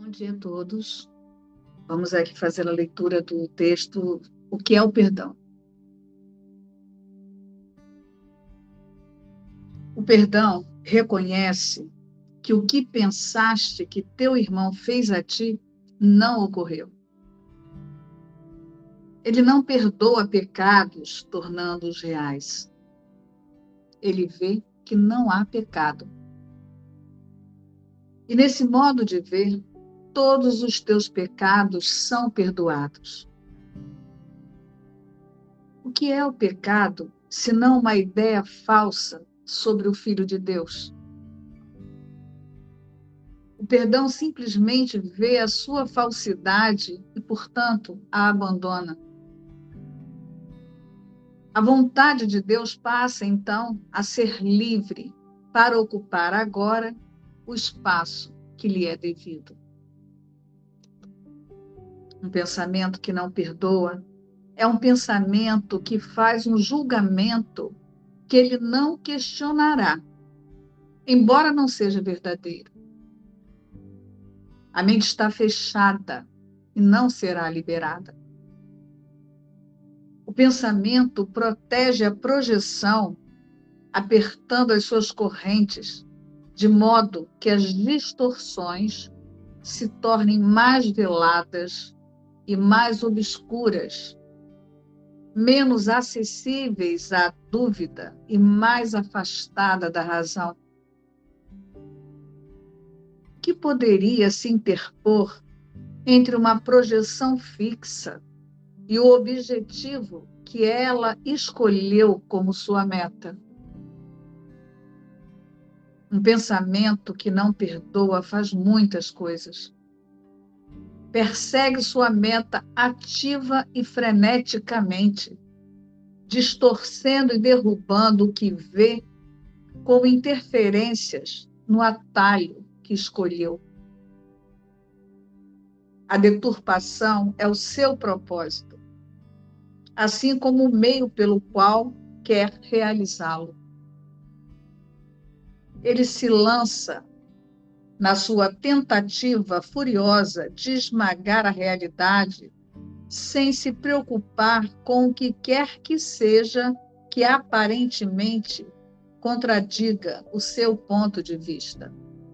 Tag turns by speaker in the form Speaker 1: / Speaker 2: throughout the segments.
Speaker 1: Bom dia a todos. Vamos aqui fazer a leitura do texto, o que é o perdão. O perdão reconhece que o que pensaste que teu irmão fez a ti não ocorreu. Ele não perdoa pecados, tornando-os reais. Ele vê que não há pecado. E nesse modo de ver, todos os teus pecados são perdoados. O que é o pecado, senão uma ideia falsa sobre o Filho de Deus? O perdão simplesmente vê a sua falsidade e, portanto, a abandona. A vontade de Deus passa, então, a ser livre para ocupar agora o espaço que lhe é devido. Um pensamento que não perdoa é um pensamento que faz um julgamento que ele não questionará, embora não seja verdadeiro. A mente está fechada e não será liberada. O pensamento protege a projeção, apertando as suas correntes, de modo que as distorções se tornem mais veladas e mais obscuras, menos acessíveis à dúvida e mais afastada da razão. O que poderia se interpor entre uma projeção fixa e o objetivo que ela escolheu como sua meta? Um pensamento que não perdoa faz muitas coisas. Persegue sua meta ativa e freneticamente, distorcendo e derrubando o que vê como interferências no atalho que escolheu. A deturpação é o seu propósito, assim como o meio pelo qual quer realizá-lo. Ele se lança na sua tentativa furiosa de esmagar a realidade, sem se preocupar com o que quer que seja que aparentemente contradiga o seu ponto de vista.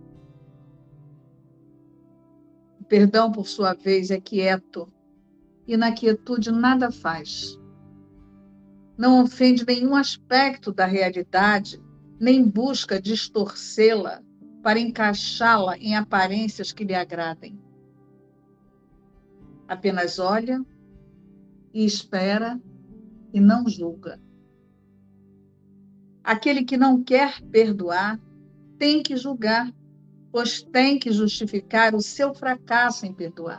Speaker 1: O perdão, por sua vez, é quieto, e na quietude nada faz. Não ofende nenhum aspecto da realidade, nem busca distorcê-la para encaixá-la em aparências que lhe agradem. Apenas olha e espera e não julga. Aquele que não quer perdoar tem que julgar, pois tem que justificar o seu fracasso em perdoar.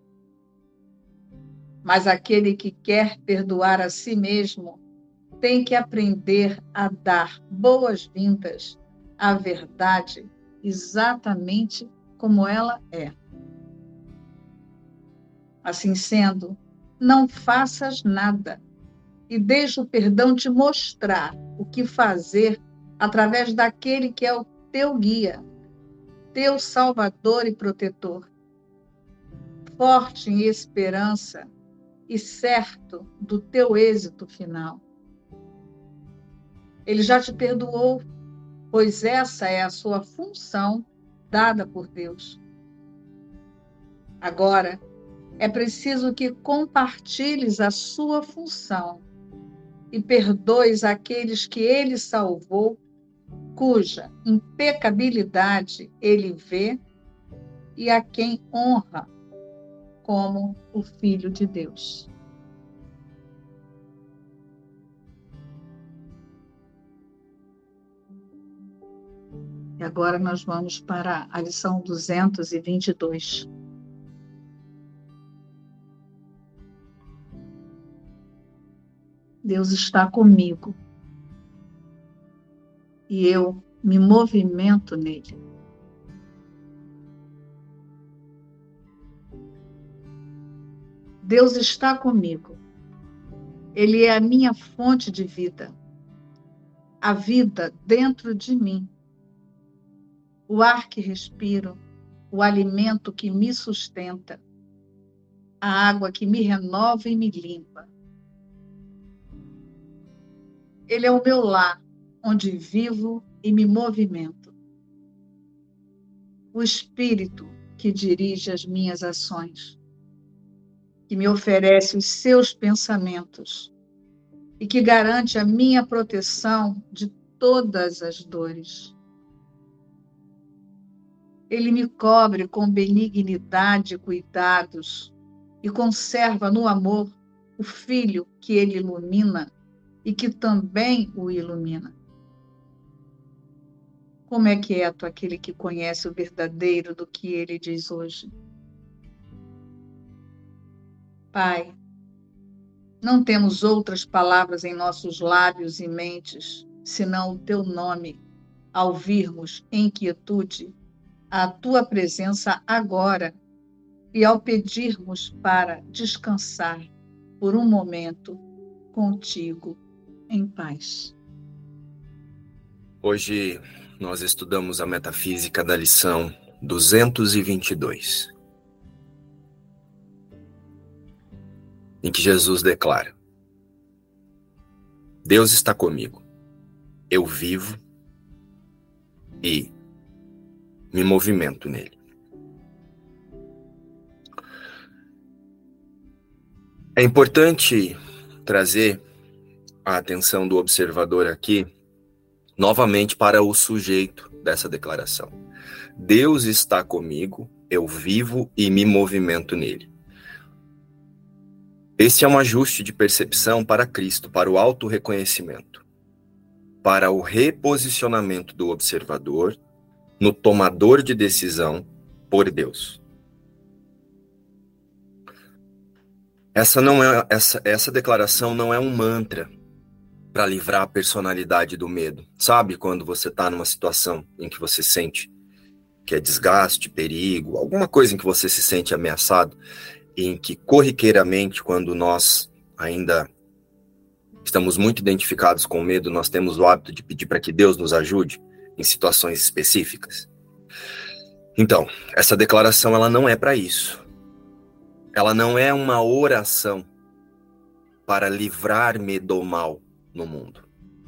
Speaker 1: Mas aquele que quer perdoar a si mesmo tem que aprender a dar boas-vindas à verdade exatamente como ela é. Assim sendo, não faças nada e deixa o perdão te mostrar o que fazer através daquele que é o teu guia, teu salvador e protetor, forte em esperança e certo do teu êxito final. Ele já te perdoou, pois essa é a sua função dada por Deus. Agora, é preciso que compartilhes a sua função e perdoes aqueles que ele salvou, cuja impecabilidade ele vê e a quem honra como o Filho de Deus. E agora nós vamos para a lição 222. Deus está comigo e eu me movimento nele. Deus está comigo. Ele é a minha fonte de vida, a vida dentro de mim, o ar que respiro, o alimento que me sustenta, a água que me renova e me limpa. Ele é o meu lar, onde vivo e me movimento. O Espírito que dirige as minhas ações, que me oferece os seus pensamentos e que garante a minha proteção de todas as dores. Ele me cobre com benignidade e cuidados e conserva no amor o Filho que ele ilumina e que também o ilumina. Como é quieto aquele que conhece o verdadeiro do que ele diz hoje. Pai, não temos outras palavras em nossos lábios e mentes, senão o teu nome, ao virmos em quietude a tua presença agora e ao pedirmos para descansar por um momento contigo em paz.
Speaker 2: Hoje nós estudamos a metafísica da lição 222, em que Jesus declara: Deus está comigo, eu vivo e me movimento nele. É importante trazer a atenção do observador aqui novamente para o sujeito dessa declaração. Deus está comigo, eu vivo e me movimento nele. Esse é um ajuste de percepção para Cristo, para o autorreconhecimento, para o reposicionamento do observador no tomador de decisão por Deus. Essa declaração não é um mantra para livrar a personalidade do medo. Sabe quando você está numa situação em que você sente que é desgaste, perigo, alguma coisa em que você se sente ameaçado, em que corriqueiramente, quando nós ainda estamos muito identificados com o medo, nós temos o hábito de pedir para que Deus nos ajude em situações específicas? Então, essa declaração ela não é para isso. Ela não é uma oração para livrar-me do mal no mundo.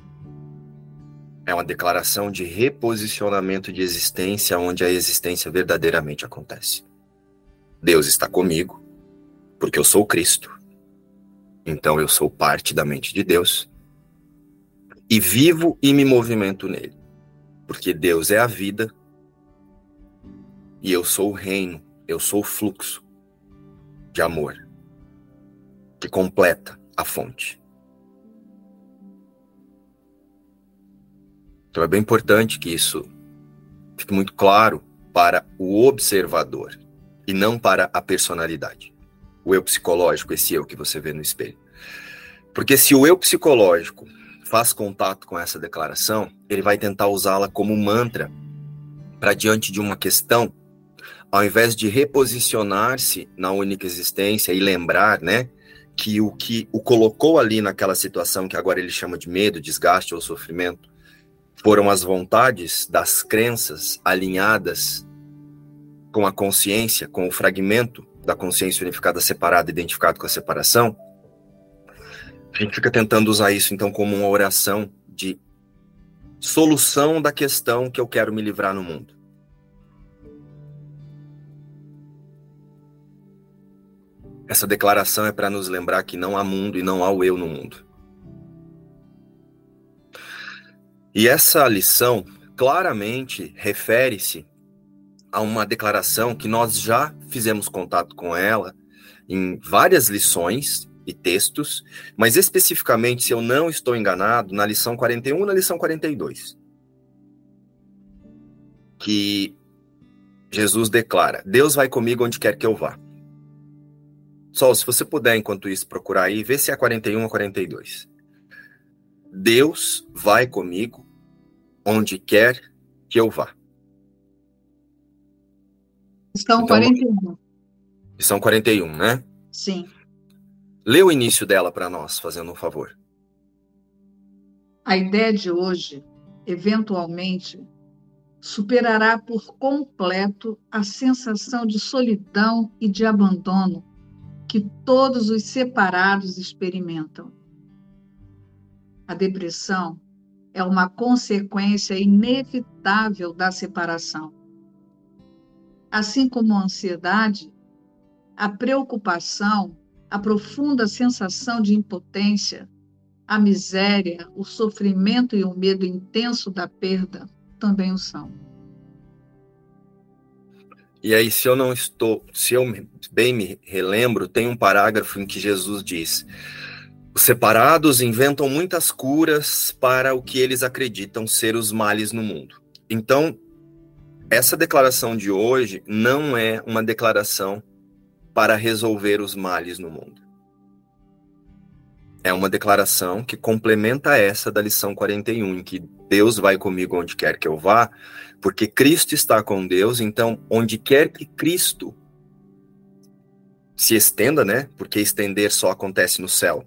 Speaker 2: É uma declaração de reposicionamento de existência, onde a existência verdadeiramente acontece. Deus está comigo, porque eu sou Cristo. Então eu sou parte da mente de Deus. E vivo e me movimento nele. Porque Deus é a vida. E eu sou o reino, eu sou o fluxo de amor que completa a fonte. Então é bem importante que isso fique muito claro para o observador e não para a personalidade. O eu psicológico, esse eu que você vê no espelho. Porque se o eu psicológico faz contato com essa declaração, ele vai tentar usá-la como mantra para diante de uma questão, ao invés de reposicionar-se na única existência e lembrar, né, que o colocou ali naquela situação que agora ele chama de medo, desgaste ou sofrimento, foram as vontades das crenças alinhadas com a consciência, com o fragmento da consciência unificada separada, identificado com a separação. A gente fica tentando usar isso então como uma oração de solução da questão que eu quero me livrar no mundo. Essa declaração é para nos lembrar que não há mundo e não há o eu no mundo. E essa lição claramente refere-se a uma declaração que nós já fizemos contato com ela em várias lições e textos, mas especificamente, se eu não estou enganado, na lição 41 e na lição 42. Que Jesus declara: Deus vai comigo onde quer que eu vá. Sol, se você puder, enquanto isso, procurar aí, vê se é 41 ou 42. Deus vai comigo onde quer que eu vá.
Speaker 1: Lição 41.
Speaker 2: Lição 41, né?
Speaker 1: Sim.
Speaker 2: Lê o início dela para nós, fazendo um favor.
Speaker 1: A ideia de hoje, eventualmente, superará por completo a sensação de solidão e de abandono que todos os separados experimentam. A depressão é uma consequência inevitável da separação. Assim como a ansiedade, a preocupação, a profunda sensação de impotência, a miséria, o sofrimento e o medo intenso da perda também o são.
Speaker 2: E aí, se eu bem me relembro, tem um parágrafo em que Jesus diz: os separados inventam muitas curas para o que eles acreditam ser os males no mundo. Então, essa declaração de hoje não é uma declaração para resolver os males no mundo. É uma declaração que complementa essa da lição 41, em que Deus vai comigo onde quer que eu vá, porque Cristo está com Deus. Então, onde quer que Cristo se estenda, né? Porque estender só acontece no céu.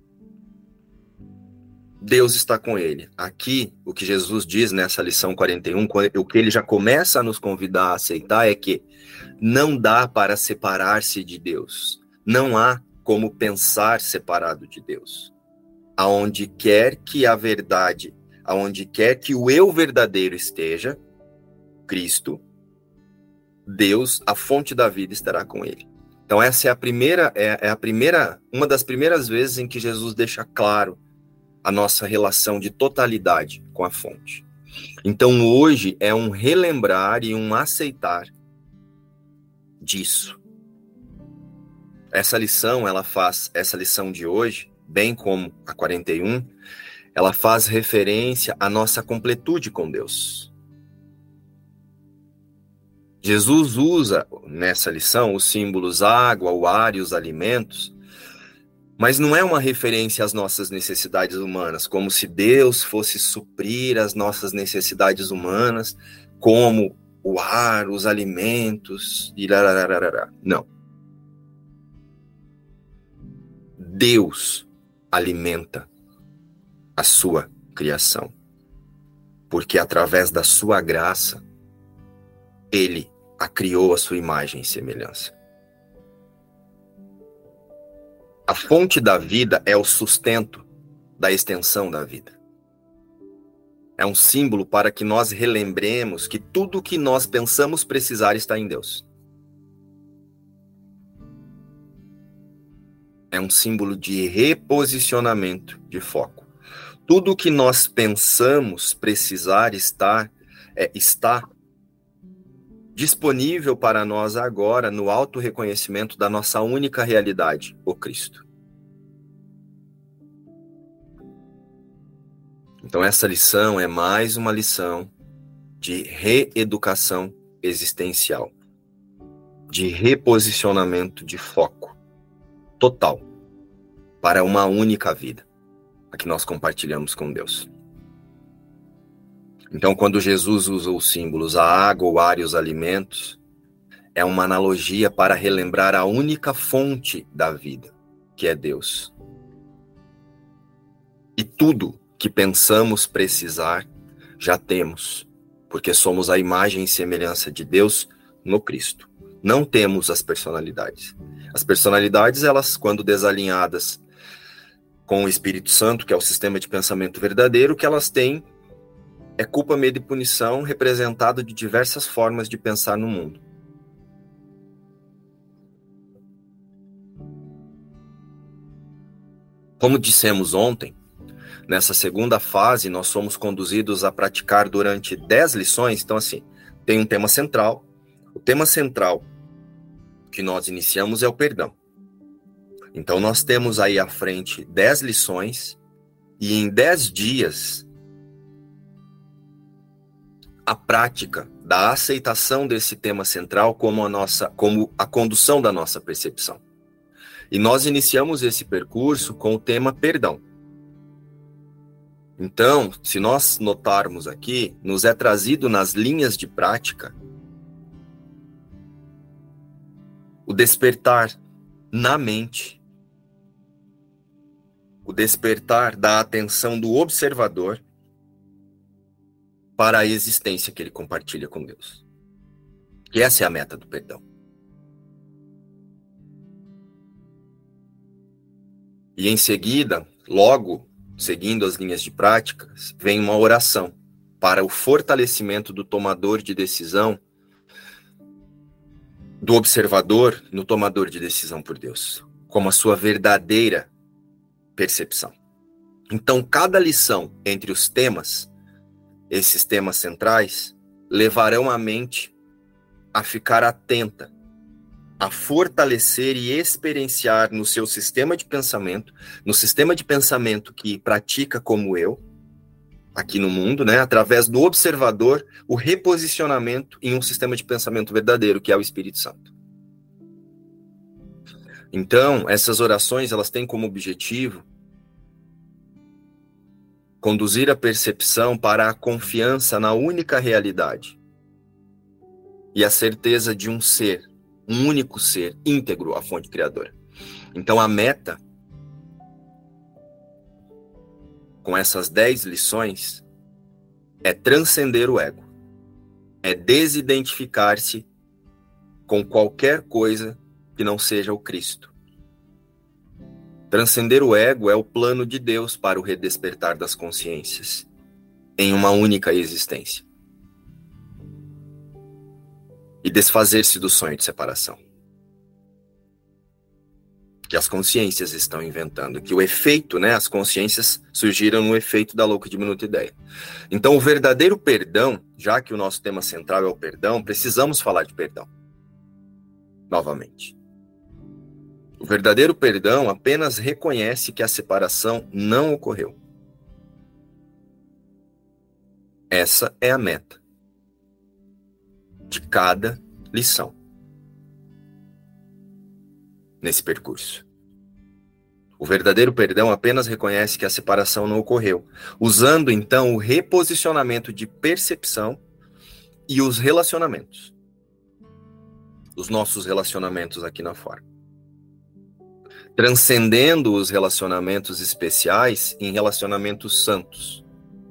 Speaker 2: Deus está com ele. Aqui, o que Jesus diz nessa lição 41, o que ele já começa a nos convidar a aceitar é que não dá para separar-se de Deus. Não há como pensar separado de Deus. Aonde quer que a verdade, aonde quer que o eu verdadeiro esteja, Cristo, Deus, a fonte da vida, estará com ele. Então essa é a primeira, uma das primeiras vezes em que Jesus deixa claro a nossa relação de totalidade com a fonte. Então hoje é um relembrar e um aceitar disso. Essa lição de hoje, bem como a 41, ela faz referência à nossa completude com Deus. Jesus usa nessa lição os símbolos água, o ar e os alimentos, mas não é uma referência às nossas necessidades humanas, como se Deus fosse suprir as nossas necessidades humanas, como o ar, os alimentos, e larararará. Não. Deus alimenta a sua criação, porque através da sua graça, Ele a criou à sua imagem e semelhança. A fonte da vida é o sustento da extensão da vida. É um símbolo para que nós relembremos que tudo o que nós pensamos precisar está em Deus. É um símbolo de reposicionamento de foco. Tudo o que nós pensamos precisar está disponível para nós agora no auto-reconhecimento da nossa única realidade, o Cristo. Então essa lição é mais uma lição de reeducação existencial, de reposicionamento de foco total para uma única vida, a que nós compartilhamos com Deus. Então, quando Jesus usa os símbolos, a água, o ar e os alimentos, é uma analogia para relembrar a única fonte da vida, que é Deus. E tudo que pensamos precisar, já temos, porque somos a imagem e semelhança de Deus no Cristo. Não temos as personalidades. As personalidades, elas, quando desalinhadas com o Espírito Santo, que é o sistema de pensamento verdadeiro, o que elas têm é culpa, medo e punição representado de diversas formas de pensar no mundo. Como dissemos ontem, nessa segunda fase nós somos conduzidos a praticar durante 10 lições. Então assim, tem um tema central. O tema central que nós iniciamos é o perdão. Então nós temos aí à frente 10 lições e em 10 dias a prática da aceitação desse tema central como a condução da nossa percepção. E nós iniciamos esse percurso com o tema perdão. Então, se nós notarmos aqui, nos é trazido nas linhas de prática o despertar na mente, o despertar da atenção do observador para a existência que ele compartilha com Deus. E essa é a meta do perdão. E em seguida, logo, seguindo as linhas de práticas, vem uma oração para o fortalecimento do tomador de decisão, do observador no tomador de decisão por Deus, como a sua verdadeira percepção. Então, cada lição entre os temas, esses temas centrais, levarão a mente a ficar atenta, a fortalecer e experienciar no seu sistema de pensamento, no sistema de pensamento que pratica como eu, aqui no mundo, né, através do observador, o reposicionamento em um sistema de pensamento verdadeiro, que é o Espírito Santo. Então, essas orações, elas têm como objetivo conduzir a percepção para a confiança na única realidade e a certeza de um ser, um único ser, íntegro à fonte criadora. Então, a meta, com essas 10 lições, é transcender o ego, é desidentificar-se com qualquer coisa que não seja o Cristo. Transcender o ego é o plano de Deus para o redespertar das consciências em uma única existência. E desfazer-se do sonho de separação que as consciências estão inventando, que o efeito, né, as consciências surgiram no efeito da louca diminuta ideia. Então, o verdadeiro perdão, já que o nosso tema central é o perdão, precisamos falar de perdão. Novamente. O verdadeiro perdão apenas reconhece que a separação não ocorreu. Essa é a meta de cada lição nesse percurso. O verdadeiro perdão apenas reconhece que a separação não ocorreu, usando então o reposicionamento de percepção e os relacionamentos. Os nossos relacionamentos aqui na forma. Transcendendo os relacionamentos especiais em relacionamentos santos.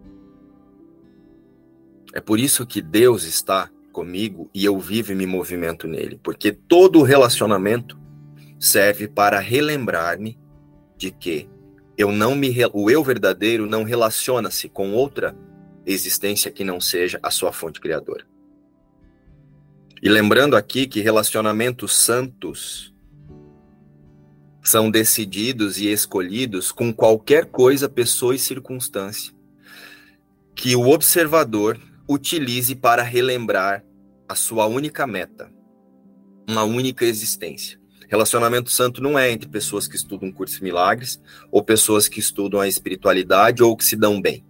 Speaker 2: É por isso que Deus está comigo e eu vivo e me movimento nele, porque todo relacionamento serve para relembrar-me de que o eu verdadeiro não relaciona-se com outra existência que não seja a sua fonte criadora. E lembrando aqui que relacionamentos santos são decididos e escolhidos com qualquer coisa, pessoa e circunstância que o observador utilize para relembrar a sua única meta, uma única existência. Relacionamento santo não é entre pessoas que estudam curso de milagres ou pessoas que estudam a espiritualidade ou que se dão bem.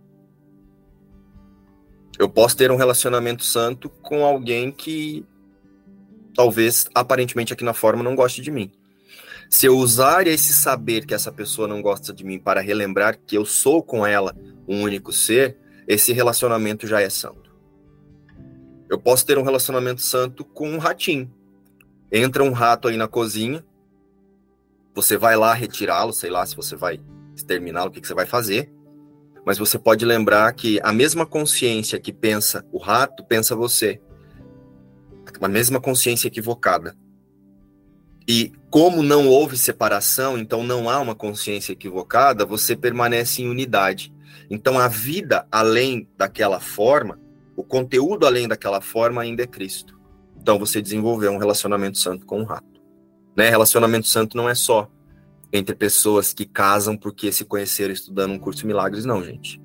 Speaker 2: Eu posso ter um relacionamento santo com alguém que talvez, aparentemente aqui na forma, não goste de mim. Se eu usar esse saber que essa pessoa não gosta de mim para relembrar que eu sou com ela um único ser, esse relacionamento já é santo. Eu posso ter um relacionamento santo com um ratinho. Entra um rato aí na cozinha, você vai lá retirá-lo, sei lá se você vai exterminá-lo, o que você vai fazer, mas você pode lembrar que a mesma consciência que pensa o rato, pensa você. A mesma consciência equivocada. E como não houve separação, então não há uma consciência equivocada, você permanece em unidade. Então a vida além daquela forma, o conteúdo além daquela forma ainda é Cristo. Então você desenvolveu um relacionamento santo com um rato. Né? Relacionamento santo não é só entre pessoas que casam porque se conheceram estudando um curso de milagres, não, gente.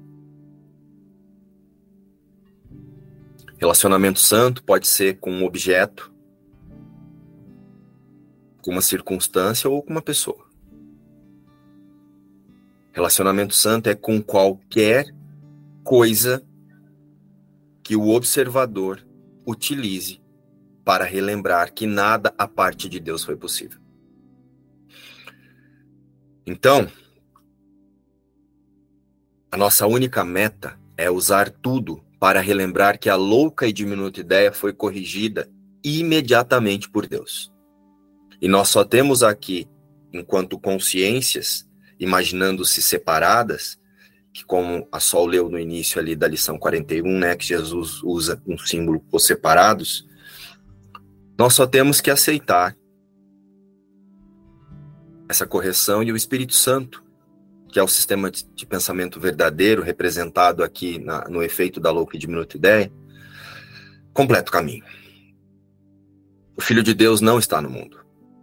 Speaker 2: Relacionamento santo pode ser com um objeto, com uma circunstância ou com uma pessoa. Relacionamento santo é com qualquer coisa que o observador utilize para relembrar que nada à parte de Deus foi possível. Então, a nossa única meta é usar tudo para relembrar que a louca e diminuta ideia foi corrigida imediatamente por Deus. E nós só temos aqui, enquanto consciências, imaginando-se separadas, que como a Sol leu no início ali da lição 41, né, que Jesus usa um símbolo os separados, nós só temos que aceitar essa correção e o Espírito Santo, que é o sistema de pensamento verdadeiro, representado aqui no efeito da louca e diminuta ideia, completa o caminho. O Filho de Deus não está no mundo.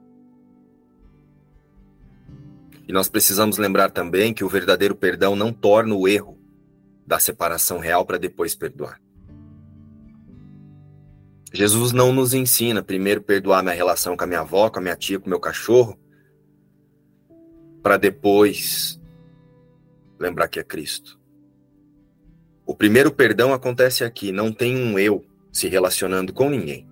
Speaker 2: E nós precisamos lembrar também que o verdadeiro perdão não torna o erro da separação real para depois perdoar. Jesus não nos ensina primeiro perdoar minha relação com a minha avó, com a minha tia, com o meu cachorro, para depois lembrar que é Cristo. O primeiro perdão acontece aqui, não tem um eu se relacionando com ninguém.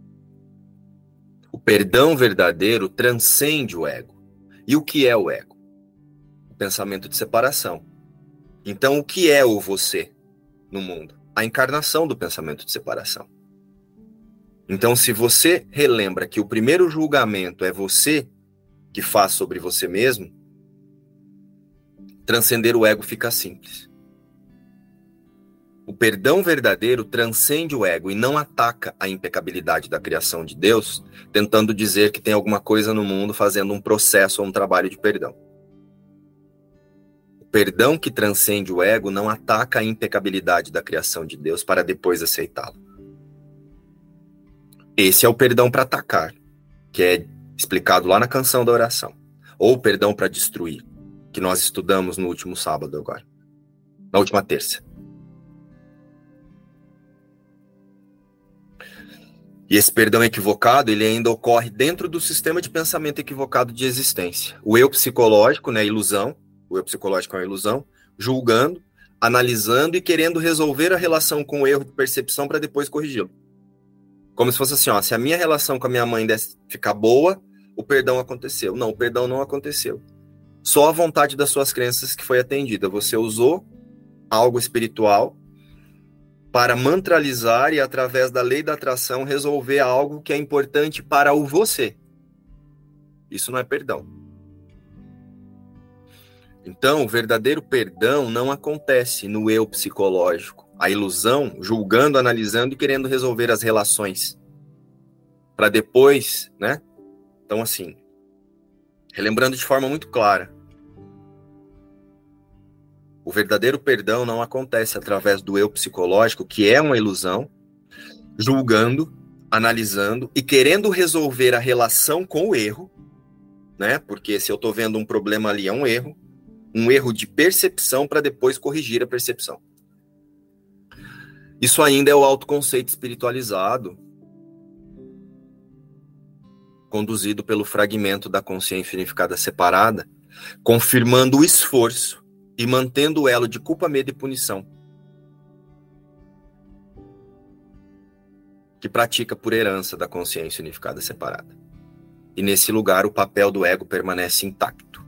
Speaker 2: O perdão verdadeiro transcende o ego. E o que é o ego? O pensamento de separação. Então, o que é o você no mundo? A encarnação do pensamento de separação. Então, se você relembra que o primeiro julgamento é você que faz sobre você mesmo, transcender o ego fica simples. O perdão verdadeiro transcende o ego e não ataca a impecabilidade da criação de Deus, tentando dizer que tem alguma coisa no mundo fazendo um processo ou um trabalho de perdão. O perdão que transcende o ego não ataca a impecabilidade da criação de Deus para depois aceitá-lo. Esse é o perdão para atacar, que é explicado lá na canção da oração. Ou o perdão para destruir, que nós estudamos no último sábado agora. Na última terça. E esse perdão equivocado, ele ainda ocorre dentro do sistema de pensamento equivocado de existência. O eu psicológico, né, a ilusão, o eu psicológico é uma ilusão, julgando, analisando e querendo resolver a relação com o erro de percepção para depois corrigi-lo. Como se fosse assim, ó, se a minha relação com a minha mãe desse ficar boa, o perdão aconteceu. Não, o perdão não aconteceu. Só a vontade das suas crenças que foi atendida. Você usou algo espiritual para mantralizar e, através da lei da atração, resolver algo que é importante para o você. Isso não é perdão. Então, o verdadeiro perdão não acontece no eu psicológico. A ilusão, julgando, analisando e querendo resolver as relações. Para depois, né? Então, assim, relembrando de forma muito clara, o verdadeiro perdão não acontece através do eu psicológico, que é uma ilusão, julgando, analisando e querendo resolver a relação com o erro, né? Porque se eu estou vendo um problema ali, é um erro de percepção para depois corrigir a percepção. Isso ainda é o autoconceito espiritualizado, conduzido pelo fragmento da consciência unificada separada, confirmando o esforço e mantendo o elo de culpa, medo e punição, que pratica por herança da consciência unificada separada. E nesse lugar o papel do ego permanece intacto,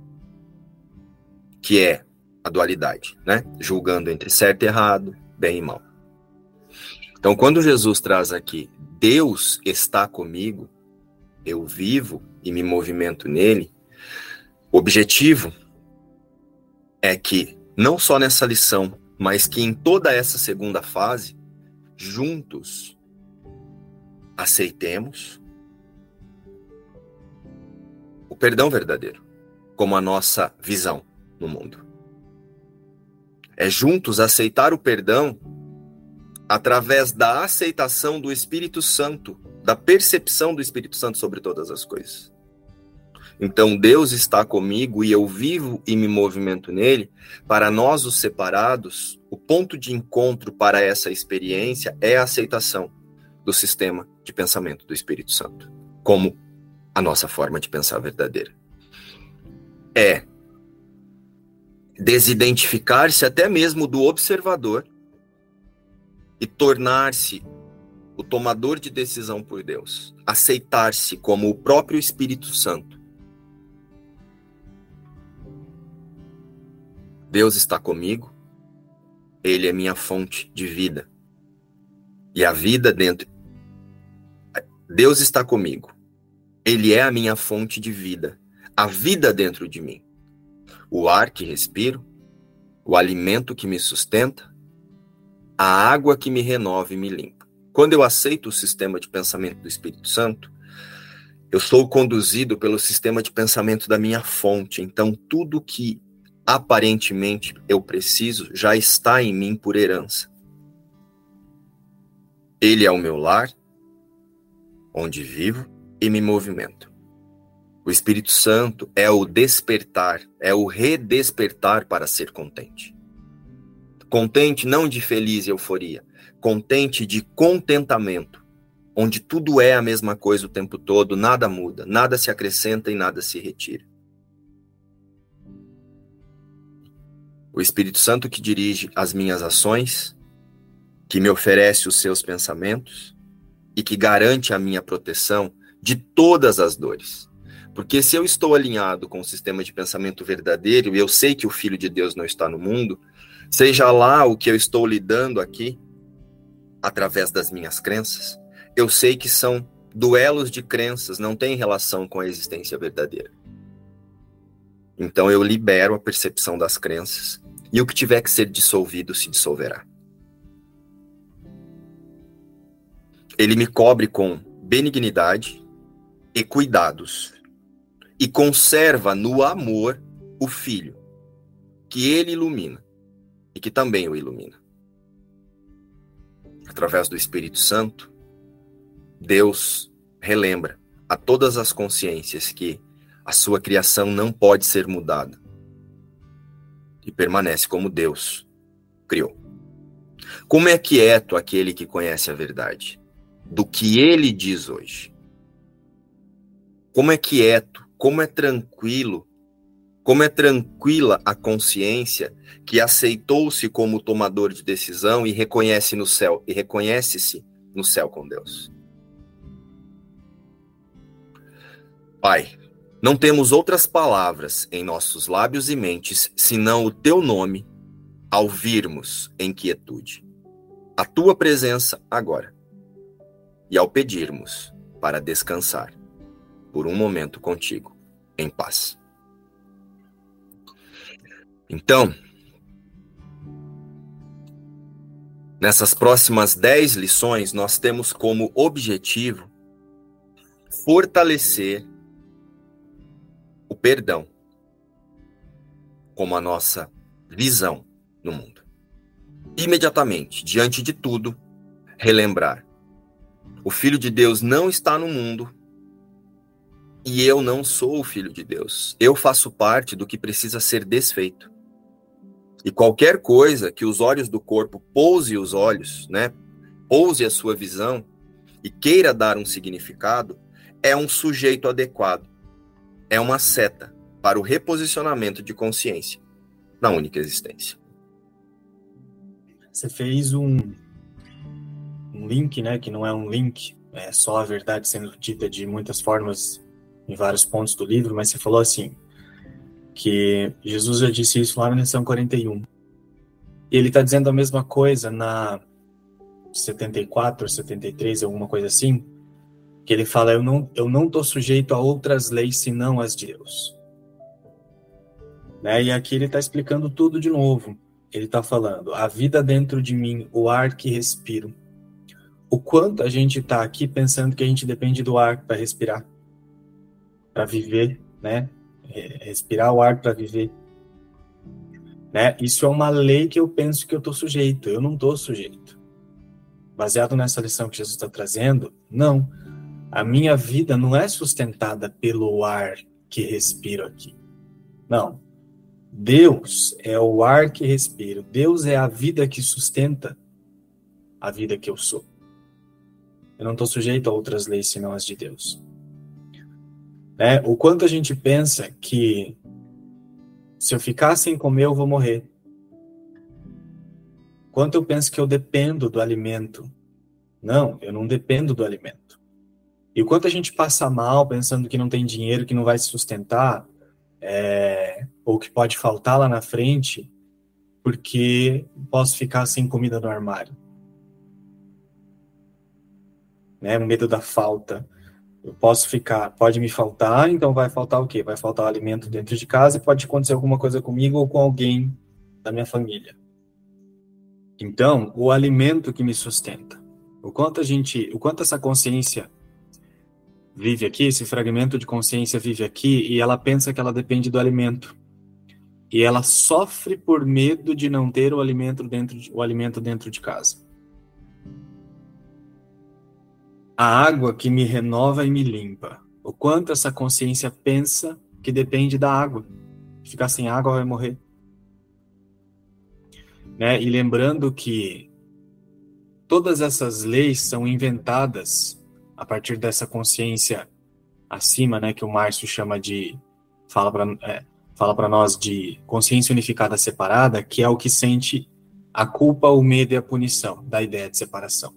Speaker 2: que é a dualidade, né? Julgando entre certo e errado, bem e mal. Então, quando Jesus traz aqui, Deus está comigo, eu vivo e me movimento nele, o objetivo é que, não só nessa lição, mas que em toda essa segunda fase, juntos, aceitemos o perdão verdadeiro, como a nossa visão no mundo. É juntos aceitar o perdão através da aceitação do Espírito Santo, da percepção do Espírito Santo sobre todas as coisas. Então, Deus está comigo e eu vivo e me movimento nele. Para nós, os separados, o ponto de encontro para essa experiência é a aceitação do sistema de pensamento do Espírito Santo, como a nossa forma de pensar verdadeira. É desidentificar-se até mesmo do observador e tornar-se o tomador de decisão por Deus. Aceitar-se como o próprio Espírito Santo. Deus está comigo, Ele é minha fonte de vida. E a vida dentro... Deus está comigo, Ele é a minha fonte de vida. A vida dentro de mim. O ar que respiro, o alimento que me sustenta, a água que me renova e me limpa. Quando eu aceito o sistema de pensamento do Espírito Santo, eu sou conduzido pelo sistema de pensamento da minha fonte. Então, tudo que aparentemente eu preciso já está em mim por herança. Ele é o meu lar, onde vivo e me movimento. O Espírito Santo é o despertar, é o redespertar para ser contente. Contente não de feliz e euforia, contente de contentamento, onde tudo é a mesma coisa o tempo todo, nada muda, nada se acrescenta e nada se retira. O Espírito Santo que dirige as minhas ações, que me oferece os seus pensamentos e que garante a minha proteção de todas as dores. Porque se eu estou alinhado com o sistema de pensamento verdadeiro e eu sei que o Filho de Deus não está no mundo, seja lá o que eu estou lidando aqui, através das minhas crenças, eu sei que são duelos de crenças, não tem relação com a existência verdadeira. Então eu libero a percepção das crenças e o que tiver que ser dissolvido se dissolverá. Ele me cobre com benignidade e cuidados e conserva no amor o Filho, que ele ilumina e que também o ilumina. Através do Espírito Santo, Deus relembra a todas as consciências que a sua criação não pode ser mudada e permanece como Deus criou. Como é quieto aquele que conhece a verdade do que ele diz hoje. Como é quieto, como é tranquilo, como é tranquila a consciência que aceitou-se como tomador de decisão e reconhece no céu, e reconhece-se no céu com Deus. Pai, não temos outras palavras em nossos lábios e mentes, senão o teu nome, ao virmos em quietude a tua presença agora, e ao pedirmos para descansar por um momento contigo, em paz. Então, nessas próximas 10 lições, nós temos como objetivo fortalecer o perdão como a nossa visão no mundo. Imediatamente, diante de tudo, relembrar: o Filho de Deus não está no mundo e eu não sou o Filho de Deus. Eu faço parte do que precisa ser desfeito. E qualquer coisa que os olhos do corpo pouse os olhos, pouse a sua visão e queira dar um significado, é um sujeito adequado. É uma seta para o reposicionamento de consciência na única existência.
Speaker 3: Você fez um link, que não é um link, é só a verdade sendo dita de muitas formas em vários pontos do livro, mas você falou assim, que Jesus já disse isso lá na lição 41. E ele está dizendo a mesma coisa na 74, 73, alguma coisa assim, que ele fala: eu não estou sujeito a outras leis senão as de Deus. E aqui ele está explicando tudo de novo. Ele está falando: a vida dentro de mim, o ar que respiro. O quanto a gente está aqui pensando que a gente depende do ar para respirar, para viver, respirar o ar para viver. Isso é uma lei que eu penso que eu estou sujeito. Eu não estou sujeito. Baseado nessa lição que Jesus está trazendo, não. A minha vida não é sustentada pelo ar que respiro aqui. Não. Deus é o ar que respiro. Deus é a vida que sustenta a vida que eu sou. Eu não estou sujeito a outras leis senão as de Deus. O quanto a gente pensa que se eu ficar sem comer eu vou morrer. Quanto eu penso que eu dependo do alimento. Não, eu não dependo do alimento. E o quanto a gente passa mal pensando que não tem dinheiro, que não vai se sustentar, ou que pode faltar lá na frente, porque posso ficar sem comida no armário. O medo da falta. Eu posso ficar, pode me faltar, então vai faltar o quê? Vai faltar o alimento dentro de casa e pode acontecer alguma coisa comigo ou com alguém da minha família. Então, o alimento que me sustenta, o quanto essa consciência vive aqui, esse fragmento de consciência vive aqui, e ela pensa que ela depende do alimento. E ela sofre por medo de não ter o alimento dentro de casa. A água que me renova e me limpa. O quanto essa consciência pensa que depende da água. Ficar sem água vai morrer. Né? E lembrando que todas essas leis são inventadas a partir dessa consciência acima, né, que o Márcio chama de, fala para nós de consciência unificada separada, que é o que sente a culpa, o medo e a punição da ideia de separação.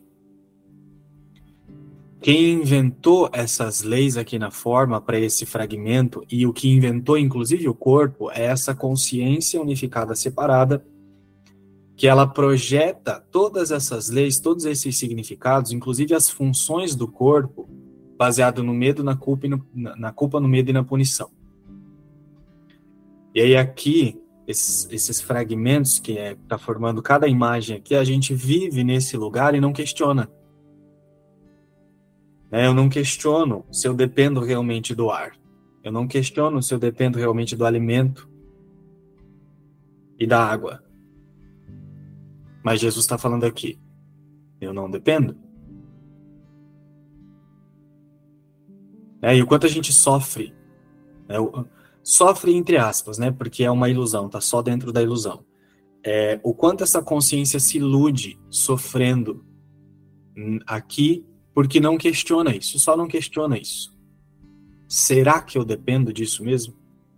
Speaker 3: Quem inventou essas leis aqui na forma para esse fragmento, e o que inventou inclusive o corpo, é essa consciência unificada separada, que ela projeta todas essas leis, todos esses significados, inclusive as funções do corpo, baseado no medo, na culpa, no medo e na punição. E aí aqui, esses fragmentos que está formando cada imagem aqui, a gente vive nesse lugar e não questiona. Eu não questiono se eu dependo realmente do ar. Eu não questiono se eu dependo realmente do alimento e da água. Mas Jesus está falando aqui, eu não dependo. E o quanto a gente sofre, sofre entre aspas, porque é uma ilusão, está só dentro da ilusão. O quanto essa consciência se ilude sofrendo aqui, porque não questiona isso, só não questiona isso. Será que eu dependo disso mesmo?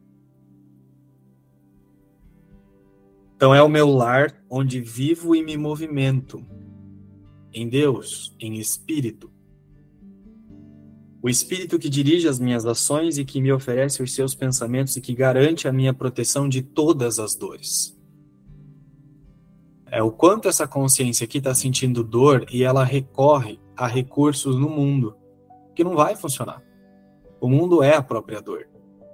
Speaker 3: Então é o meu lar onde vivo e me movimento. Em Deus, em Espírito. O Espírito que dirige as minhas ações e que me oferece os seus pensamentos e que garante a minha proteção de todas as dores. O quanto essa consciência aqui está sentindo dor e ela recorre a recursos no mundo, que não vai funcionar. O mundo é a própria dor.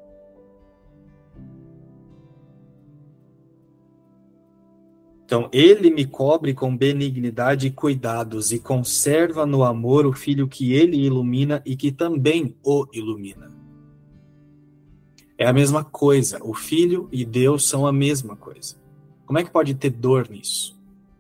Speaker 3: Então, ele me cobre com benignidade e cuidados e conserva no amor o filho que ele ilumina e que também o ilumina. É a mesma coisa. O filho e Deus são a mesma coisa. Como é que pode ter dor nisso?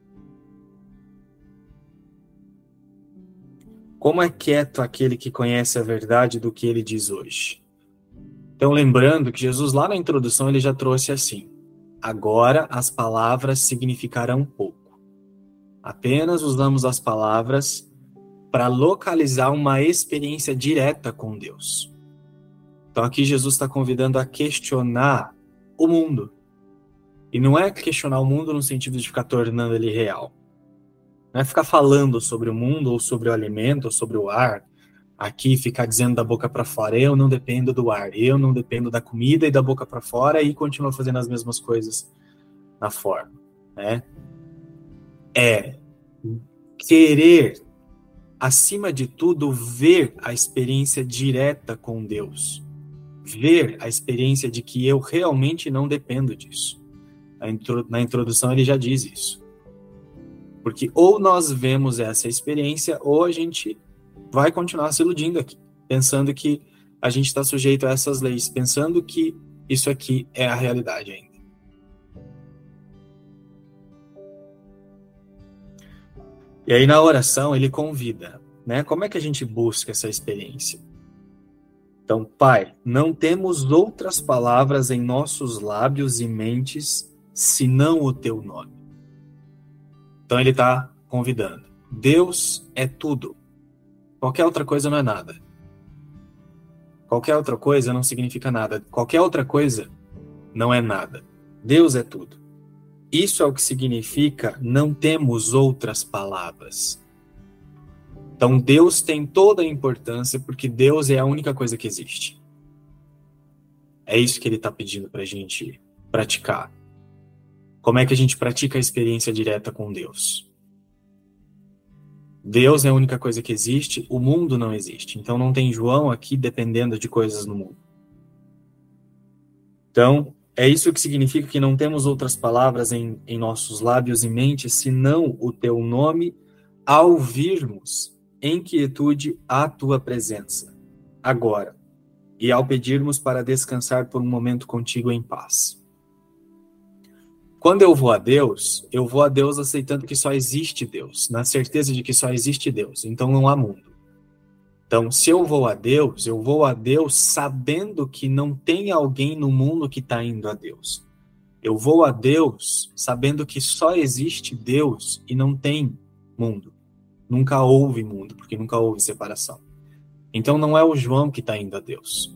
Speaker 3: Como é quieto aquele que conhece a verdade do que ele diz hoje? Então, lembrando que Jesus, lá na introdução, ele já trouxe assim: agora as palavras significarão pouco. Apenas usamos as palavras para localizar uma experiência direta com Deus. Então, aqui Jesus está convidando a questionar o mundo. E não é questionar o mundo no sentido de ficar tornando ele real. Não é ficar falando sobre o mundo, ou sobre o alimento, ou sobre o ar. Aqui ficar dizendo da boca para fora, eu não dependo do ar, eu não dependo da comida e da boca para fora, e continua fazendo as mesmas coisas na forma. É querer, acima de tudo, ver a experiência direta com Deus. Ver a experiência de que eu realmente não dependo disso. Na introdução ele já diz isso. Porque ou nós vemos essa experiência, ou a gente vai continuar se iludindo aqui, pensando que a gente está sujeito a essas leis, pensando que isso aqui é a realidade ainda. E aí na oração ele convida, Como é que a gente busca essa experiência? Então, Pai, não temos outras palavras em nossos lábios e mentes, senão o Teu nome. Então ele está convidando. Deus é tudo. Qualquer outra coisa não é nada. Qualquer outra coisa não significa nada. Qualquer outra coisa não é nada. Deus é tudo. Isso é o que significa não temos outras palavras. Então Deus tem toda a importância porque Deus é a única coisa que existe. É isso que ele está pedindo para a gente praticar. Como é que a gente pratica a experiência direta com Deus? Deus é a única coisa que existe, o mundo não existe. Então não tem João aqui dependendo de coisas no mundo. Então, É isso que significa que não temos outras palavras em nossos lábios e mente, senão o teu nome, ao virmos em quietude a tua presença, agora, e ao pedirmos para descansar por um momento contigo em paz. Quando eu vou a Deus aceitando que só existe Deus, na certeza de que só existe Deus, então não há mundo. Então, se eu vou a Deus sabendo que não tem alguém no mundo que está indo a Deus. Eu vou a Deus sabendo que só existe Deus e não tem mundo. Nunca houve mundo, porque nunca houve separação. Então não é o João que está indo a Deus.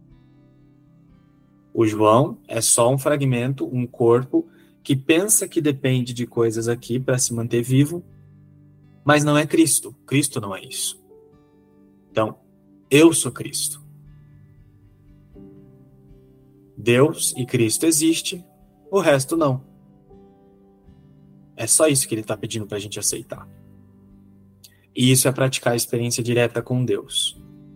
Speaker 3: O João é só um fragmento, um corpo que pensa que depende de coisas aqui para se manter vivo, mas não é Cristo. Cristo não é isso. Então, eu sou Cristo. Deus e Cristo existe, o resto não. É só isso que ele está pedindo para a gente aceitar. E isso é praticar a experiência direta com Deus.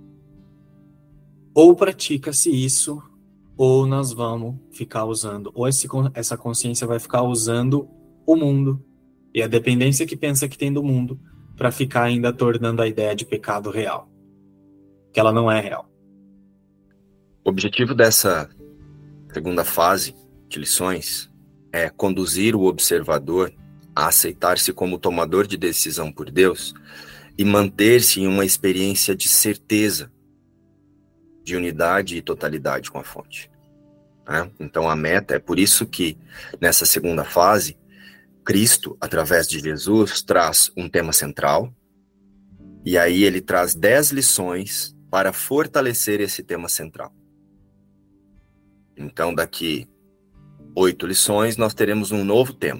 Speaker 3: Ou pratica-se isso, ou nós vamos ficar usando, ou essa consciência vai ficar usando o mundo e a dependência que pensa que tem do mundo para ficar ainda tornando a ideia de pecado real, que ela não é real.
Speaker 2: O objetivo dessa segunda fase de lições é conduzir o observador a aceitar-se como tomador de decisão por Deus e manter-se em uma experiência de certeza, de unidade e totalidade com a fonte. Então a meta é por isso que nessa segunda fase, Cristo, através de Jesus, traz um tema central e aí ele traz 10 lições para fortalecer esse tema central. Então daqui 8 lições nós teremos um novo tema.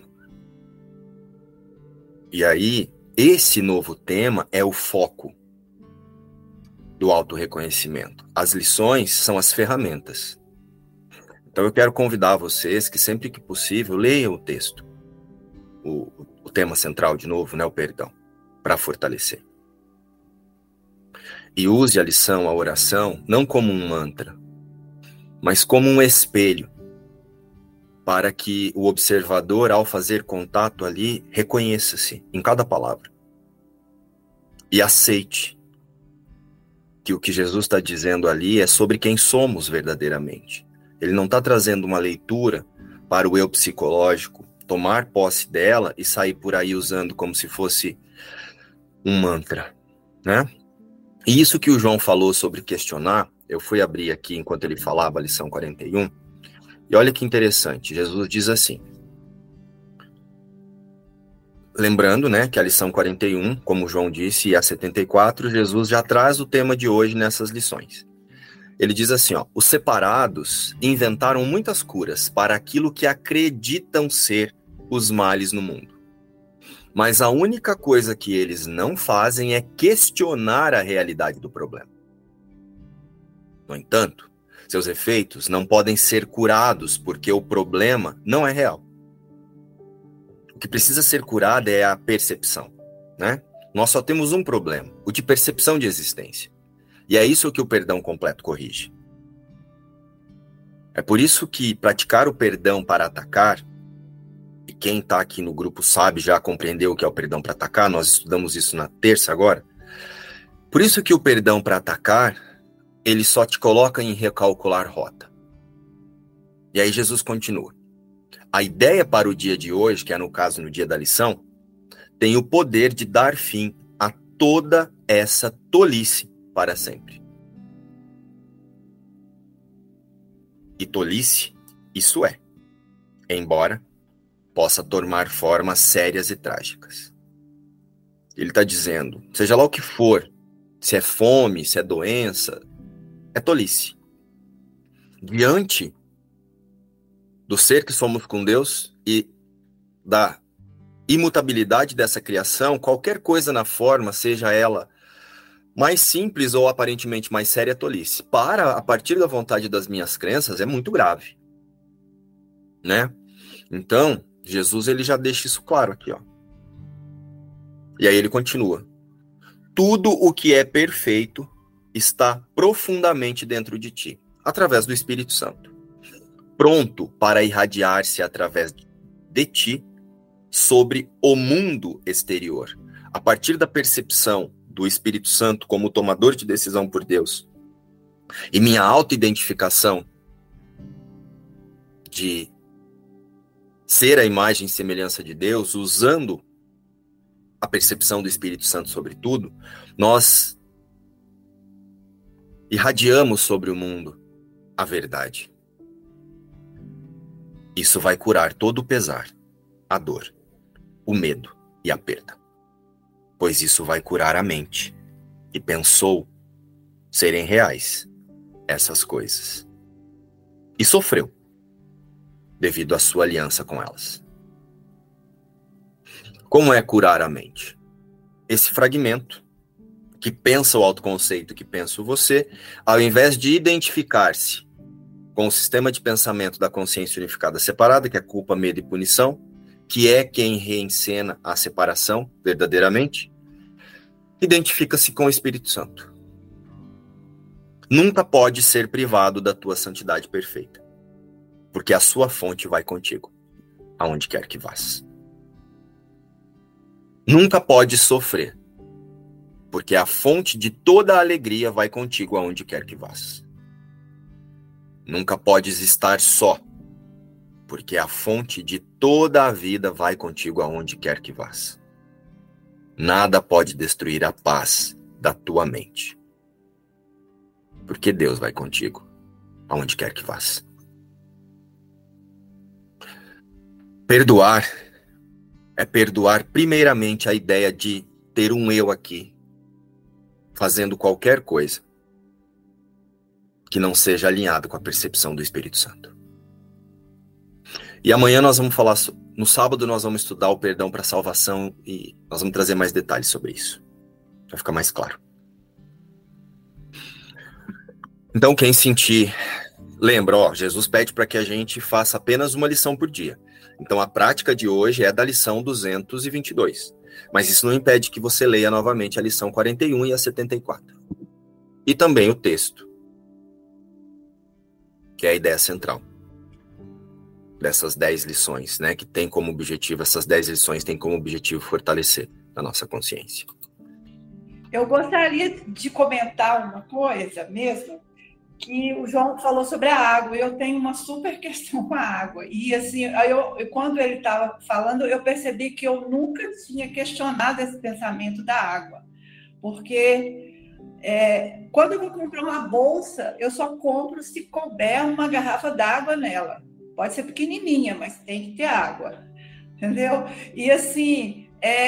Speaker 2: E aí esse novo tema é o foco do autorreconhecimento. As lições são as ferramentas. Então eu quero convidar vocês que sempre que possível leiam o texto, o tema central de novo, o perdão, para fortalecer. E use a lição, a oração, não como um mantra, mas como um espelho, para que o observador, ao fazer contato ali, reconheça-se em cada palavra e aceite que o que Jesus está dizendo ali é sobre quem somos verdadeiramente. Ele não está trazendo uma leitura para o eu psicológico, tomar posse dela e sair por aí usando como se fosse um mantra, E isso que o João falou sobre questionar, eu fui abrir aqui enquanto ele falava a lição 41, e olha que interessante, Jesus diz assim, lembrando, que a lição 41, como o João disse, e a 74, Jesus já traz o tema de hoje nessas lições. Ele diz assim, os separados inventaram muitas curas para aquilo que acreditam ser os males no mundo. Mas a única coisa que eles não fazem é questionar a realidade do problema. No entanto, seus efeitos não podem ser curados porque o problema não é real. O que precisa ser curado é a percepção, Nós só temos um problema, o de percepção de existência. E é isso que o perdão completo corrige. É por isso que praticar o perdão para atacar, e quem está aqui no grupo sabe, já compreendeu o que é o perdão para atacar, nós estudamos isso na terça agora. Por isso que o perdão para atacar, ele só te coloca em recalcular rota. E aí Jesus continua. A ideia para o dia de hoje, que é no caso no dia da lição, tem o poder de dar fim a toda essa tolice para sempre. E tolice, isso é, embora possa tomar formas sérias e trágicas. Ele está dizendo, seja lá o que for, se é fome, se é doença, é tolice. Diante do ser que somos com Deus e da imutabilidade dessa criação, qualquer coisa na forma, seja ela mais simples ou aparentemente mais séria, é tolice. A partir da vontade das minhas crenças, é muito grave. Então, Jesus ele já deixa isso claro aqui. E aí ele continua. Tudo o que é perfeito está profundamente dentro de ti, através do Espírito Santo. pronto para irradiar-se através de ti sobre o mundo exterior. A partir da percepção do Espírito Santo como tomador de decisão por Deus e minha auto-identificação de ser a imagem e semelhança de Deus, usando a percepção do Espírito Santo sobre tudo, nós irradiamos sobre o mundo a verdade. Isso vai curar todo o pesar, a dor, o medo e a perda. Pois isso vai curar a mente, que pensou serem reais essas coisas. E sofreu, devido à sua aliança com elas. Como é curar a mente? Esse fragmento, que pensa o autoconceito, que pensa o você, ao invés de identificar-se com o sistema de pensamento da consciência unificada separada, que é culpa, medo e punição, que é quem reencena a separação verdadeiramente, identifica-se com o Espírito Santo. Nunca pode ser privado da tua santidade perfeita, porque a sua fonte vai contigo, aonde quer que vás. Nunca pode sofrer, porque a fonte de toda a alegria vai contigo, aonde quer que vás. Nunca podes estar só, porque a fonte de toda a vida vai contigo, aonde quer que vás. Nada pode destruir a paz da tua mente, porque Deus vai contigo, aonde quer que vás. Perdoar é perdoar primeiramente a ideia de ter um eu aqui, fazendo qualquer coisa que não seja alinhado com a percepção do Espírito Santo. E amanhã nós vamos falar, no sábado nós vamos estudar o perdão para salvação e nós vamos trazer mais detalhes sobre isso. Vai ficar mais claro. Então quem sentir, lembra, Jesus pede para que a gente faça apenas uma lição por dia. Então a prática de hoje é da lição 222. Mas isso não impede que você leia novamente a lição 41 e a 74. E também o texto, que é a ideia central dessas 10 lições, né? Que tem como objetivo, essas 10 lições têm como objetivo fortalecer a nossa consciência.
Speaker 4: Eu gostaria de comentar uma coisa mesmo, que o João falou sobre a água, e eu tenho uma super questão com a água. E assim, quando ele estava falando, eu percebi que eu nunca tinha questionado esse pensamento da água. Porque quando eu vou comprar uma bolsa, eu só compro se couber uma garrafa d'água nela. Pode ser pequenininha, mas tem que ter água. Entendeu? E assim,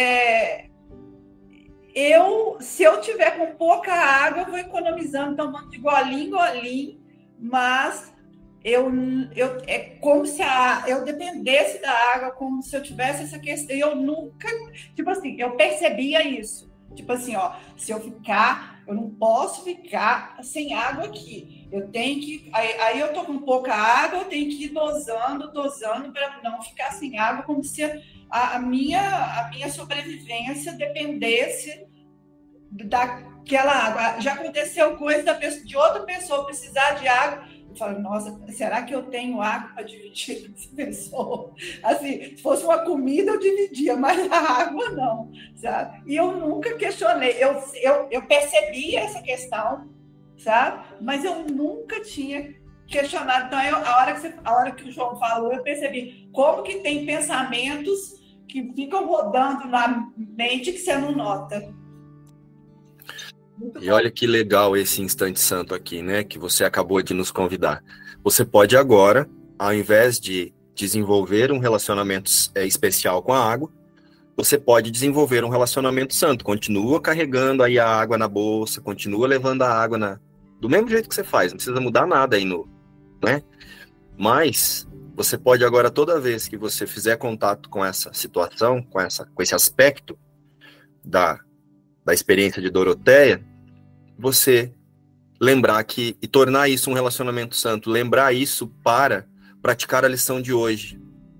Speaker 4: se eu tiver com pouca água, eu vou economizando, tomando de golinho em golinho, mas é como se eu dependesse da água, como se eu tivesse essa questão. Eu nunca, tipo assim, eu percebia isso. Tipo assim, se eu não posso ficar sem água aqui. Eu tenho que, aí eu tô com pouca água, eu tenho que ir dosando para não ficar sem água, como se a minha sobrevivência dependesse daquela água. Já aconteceu coisa de outra pessoa precisar de água. Eu falo, nossa, será que eu tenho água para dividir com essa pessoa? Assim, se fosse uma comida, eu dividia, mas a água não, sabe? E eu nunca questionei. Eu percebi essa questão, sabe? Mas eu nunca tinha questionado. Então, a hora que o João falou, eu percebi como que tem pensamentos que ficam rodando na mente que você não nota.
Speaker 2: E olha que legal esse instante santo aqui, né? Que você acabou de nos convidar. Você pode agora, ao invés de desenvolver um relacionamento especial com a água, você pode desenvolver um relacionamento santo. Continua carregando aí a água na bolsa, continua levando a água do mesmo jeito que você faz, não precisa mudar nada aí né? Mas você pode agora, toda vez que você fizer contato com essa situação, com esse aspecto da experiência de Doroteia, você lembrar e tornar isso um relacionamento santo, lembrar isso para praticar a lição de hoje,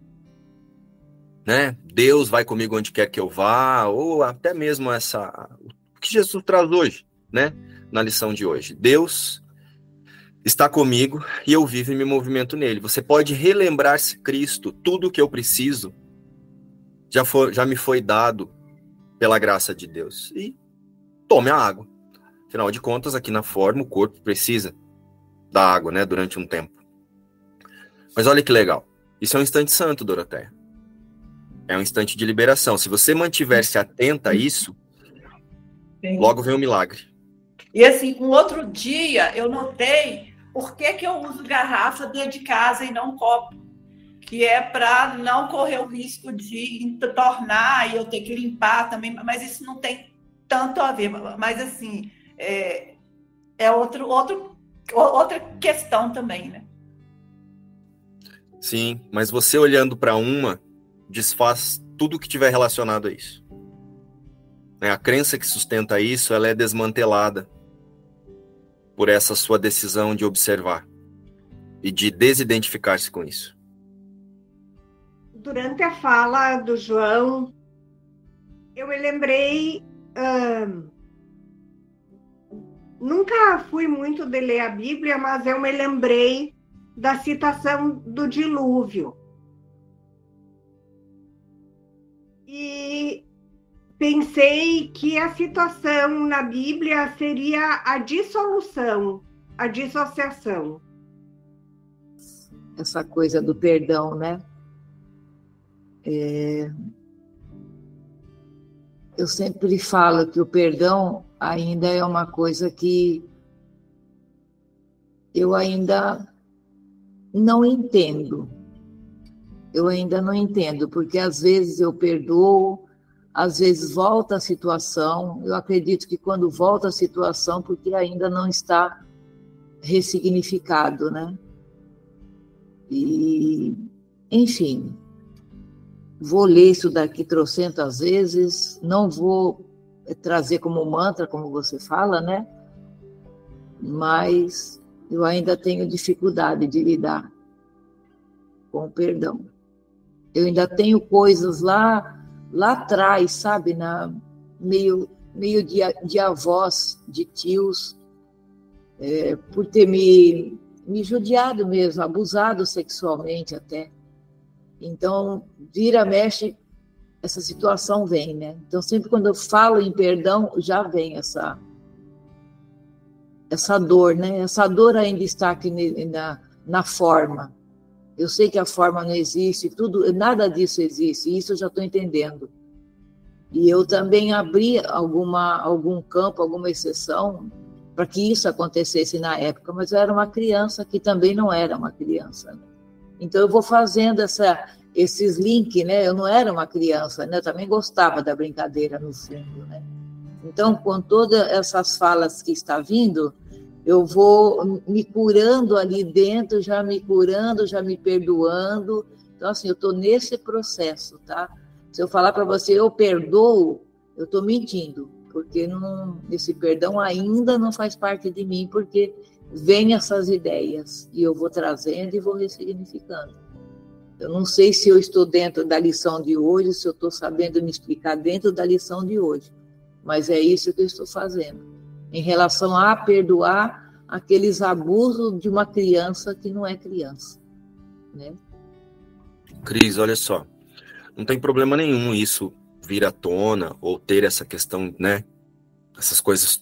Speaker 2: né? Deus vai comigo onde quer que eu vá, ou até mesmo o que Jesus traz hoje, né? Na lição de hoje. Deus, está comigo e eu vivo e me movimento nele. Você pode relembrar-se Cristo, tudo o que eu preciso já me foi dado pela graça de Deus. E tome a água. Afinal de contas, aqui na forma, o corpo precisa da água, né, durante um tempo. Mas olha que legal. Isso é um instante santo, Doroteia. É um instante de liberação. Se você mantiver-se atenta a isso,
Speaker 4: Sim.
Speaker 2: logo vem o milagre.
Speaker 4: E assim, um outro dia eu notei por que eu uso garrafa dentro de casa e não copo. Que é para não correr o risco de entornar e eu ter que limpar também. Mas isso não tem tanto a ver. Mas assim, é outra questão também, né?
Speaker 2: Sim, mas você olhando para uma, desfaz tudo que tiver relacionado a isso. A crença que sustenta isso, ela é desmantelada por essa sua decisão de observar e de desidentificar-se com isso.
Speaker 5: Durante a fala do João, eu me lembrei... nunca fui muito de ler a Bíblia, mas eu me lembrei da citação do dilúvio. E pensei que a situação na Bíblia seria a dissolução, a dissociação.
Speaker 6: Essa coisa do perdão, né? Eu sempre falo que o perdão ainda é uma coisa que eu ainda não entendo. Eu ainda não entendo, porque às vezes eu perdoo, às vezes volta a situação. Eu acredito que quando volta a situação, porque ainda não está ressignificado, né? E, enfim, vou ler isso daqui trocentas vezes, não vou trazer como mantra, como você fala, né? Mas eu ainda tenho dificuldade de lidar com o perdão. Eu ainda tenho coisas lá atrás, sabe? Meio de avós, de tios, por ter me judiado mesmo, abusado sexualmente até. Então, vira, mexe, essa situação vem, né? Então, sempre quando eu falo em perdão, já vem essa dor, né? Essa dor ainda está aqui na forma. Eu sei que a forma não existe, nada disso existe, isso eu já estou entendendo. E eu também abri algum campo, alguma exceção, para que isso acontecesse na época, mas eu era uma criança que também não era uma criança, né? Então, eu vou fazendo esses links, né? Eu não era uma criança, né? Eu também gostava da brincadeira, no fundo, né? Então, com todas essas falas que está vindo, eu vou me curando ali dentro, já me curando, já me perdoando. Então, assim, eu estou nesse processo, tá? Se eu falar para você, eu perdoo, eu estou mentindo, porque esse perdão ainda não faz parte de mim, porque vem essas ideias, e eu vou trazendo e vou ressignificando. Eu não sei se eu estou dentro da lição de hoje, se eu estou sabendo me explicar dentro da lição de hoje, mas é isso que eu estou fazendo, em relação a perdoar aqueles abusos de uma criança que não é criança, né?
Speaker 2: Cris, olha só, não tem problema nenhum isso vir à tona, ou ter essa questão, né, essas coisas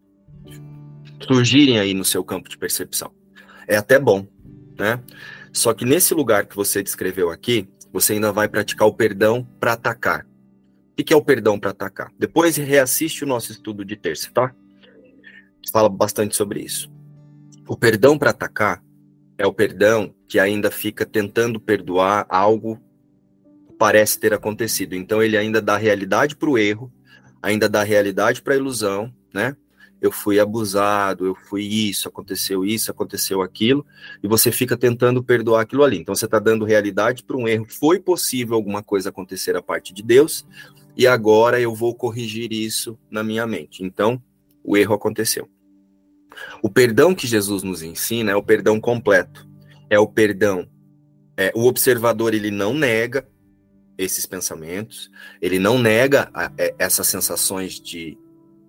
Speaker 2: surgirem aí no seu campo de percepção. É até bom, né? Só que nesse lugar que você descreveu aqui, você ainda vai praticar o perdão para atacar. O que é o perdão para atacar? Depois reassiste o nosso estudo de terça, tá? Fala bastante sobre isso. O perdão para atacar é o perdão que ainda fica tentando perdoar algo que parece ter acontecido. Então ele ainda dá realidade para o erro, ainda dá realidade para a ilusão, né? Eu fui abusado, eu fui isso, aconteceu aquilo, e você fica tentando perdoar aquilo ali. Então você está dando realidade para um erro. Foi possível alguma coisa acontecer a parte de Deus, e agora eu vou corrigir isso na minha mente. Então, o erro aconteceu. O perdão que Jesus nos ensina é o perdão completo. É o perdão. O observador, ele não nega esses pensamentos, ele não nega essas sensações de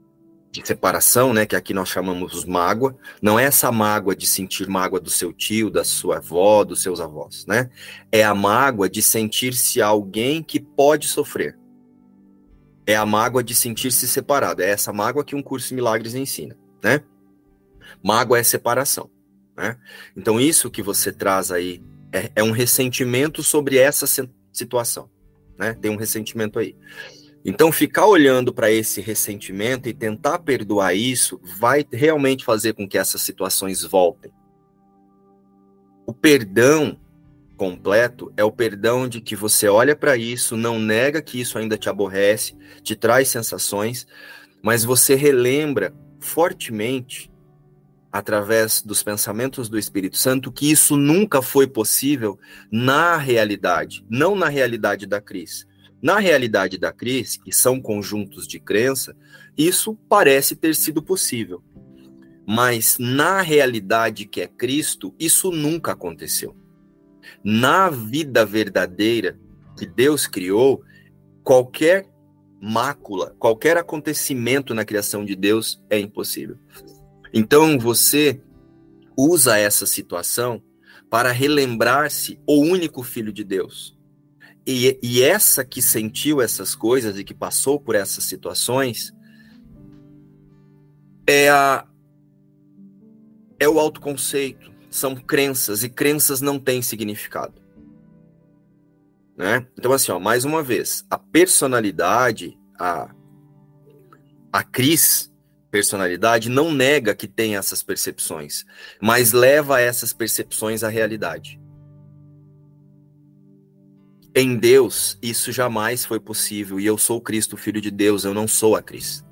Speaker 2: de separação, né, que aqui nós chamamos mágoa, não é essa mágoa de sentir mágoa do seu tio, da sua avó, dos seus avós, né? É a mágoa de sentir-se alguém que pode sofrer. É a mágoa de sentir-se separado. É essa mágoa que um curso de milagres ensina, né? Mágoa é separação, né? Então isso que você traz aí é um ressentimento sobre essa situação, né? Tem um ressentimento aí. Então, ficar olhando para esse ressentimento e tentar perdoar isso vai realmente fazer com que essas situações voltem. O perdão completo é o perdão de que você olha para isso, não nega que isso ainda te aborrece, te traz sensações, mas você relembra fortemente, através dos pensamentos do Espírito Santo, que isso nunca foi possível na realidade, não na realidade da Cris. Na realidade da Cris, que são conjuntos de crença, isso parece ter sido possível. Mas na realidade que é Cristo, isso nunca aconteceu. Na vida verdadeira que Deus criou, qualquer mácula, qualquer acontecimento na criação de Deus é impossível. Então você usa essa situação para relembrar-se o único Filho de Deus. E essa que sentiu essas coisas e que passou por essas situações é o autoconceito, são crenças, e crenças não têm significado, né? Então assim, mais uma vez, a personalidade, a Cris, personalidade, não nega que tem essas percepções, mas leva essas percepções à realidade. Em Deus, isso jamais foi possível, e eu sou o Cristo, Filho de Deus, eu não sou a Cris.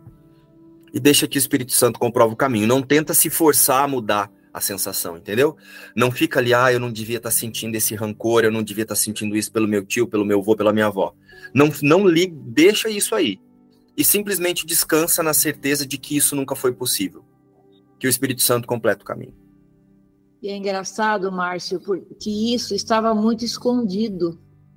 Speaker 2: E deixa que o Espírito Santo comprova o caminho, não tenta se forçar a mudar a sensação, entendeu? Não fica ali, eu não devia estar sentindo esse rancor, eu não devia estar sentindo isso pelo meu tio, pelo meu avô, pela minha avó. Não liga, deixa isso aí. E simplesmente descansa na certeza de que isso nunca foi possível. Que o Espírito Santo completa o caminho.
Speaker 6: E é engraçado, Márcio, porque isso estava muito escondido.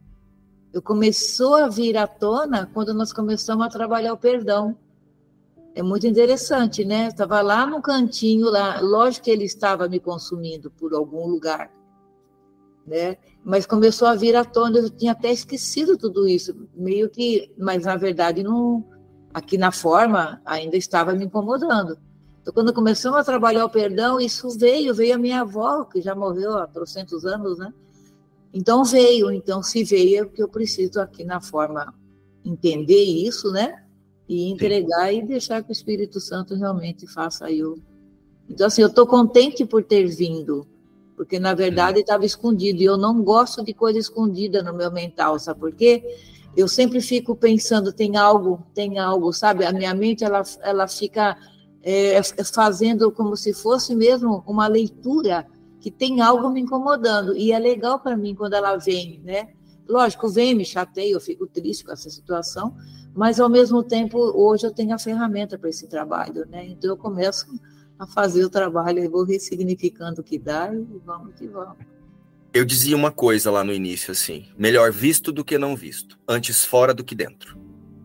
Speaker 6: Começou a vir à tona quando nós começamos a trabalhar o perdão. É muito interessante, né? Estava lá no cantinho, lá. Lógico que ele estava me consumindo por algum lugar, né? Mas começou a vir à tona, eu tinha até esquecido tudo isso, meio que, mas na verdade não, aqui na forma ainda estava me incomodando. Então, quando começamos a trabalhar o perdão, isso veio a minha avó, que já morreu há trocentos anos, né? Então se veio, é porque eu preciso aqui na forma entender isso, né? E entregar e deixar que o Espírito Santo realmente faça aí o... Então, assim, eu estou contente por ter vindo, porque, na verdade, estava escondido, e eu não gosto de coisa escondida no meu mental, sabe por quê? Eu sempre fico pensando, tem algo, sabe? A minha mente, ela fica fazendo como se fosse mesmo uma leitura, que tem algo me incomodando, e é legal para mim quando ela vem, né? Lógico, vem, me chateia, eu fico triste com essa situação, mas, ao mesmo tempo, hoje eu tenho a ferramenta para esse trabalho, né? Então, eu começo a fazer o trabalho, eu vou ressignificando o que dá e vamos que vamos.
Speaker 2: Eu dizia uma coisa lá no início, assim, melhor visto do que não visto, antes fora do que dentro.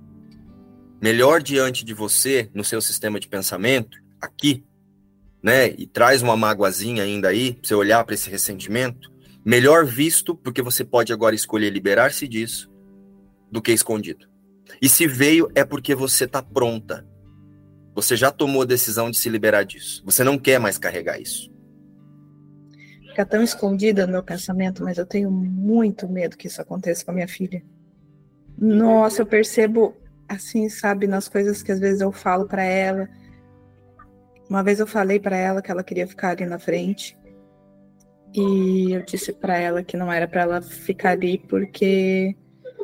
Speaker 2: Melhor diante de você, no seu sistema de pensamento, aqui, né? E traz uma magoazinha ainda aí, pra você olhar para esse ressentimento, melhor visto, porque você pode agora escolher liberar-se disso, do que escondido. E se veio, é porque você está pronta. Você já tomou a decisão de se liberar disso. Você não quer mais carregar isso.
Speaker 7: Fica tão escondida no meu pensamento, mas eu tenho muito medo que isso aconteça com a minha filha. Nossa, eu percebo, assim, sabe, nas coisas que às vezes eu falo para ela. Uma vez eu falei para ela que ela queria ficar ali na frente. E eu disse para ela que não era para ela ficar ali porque...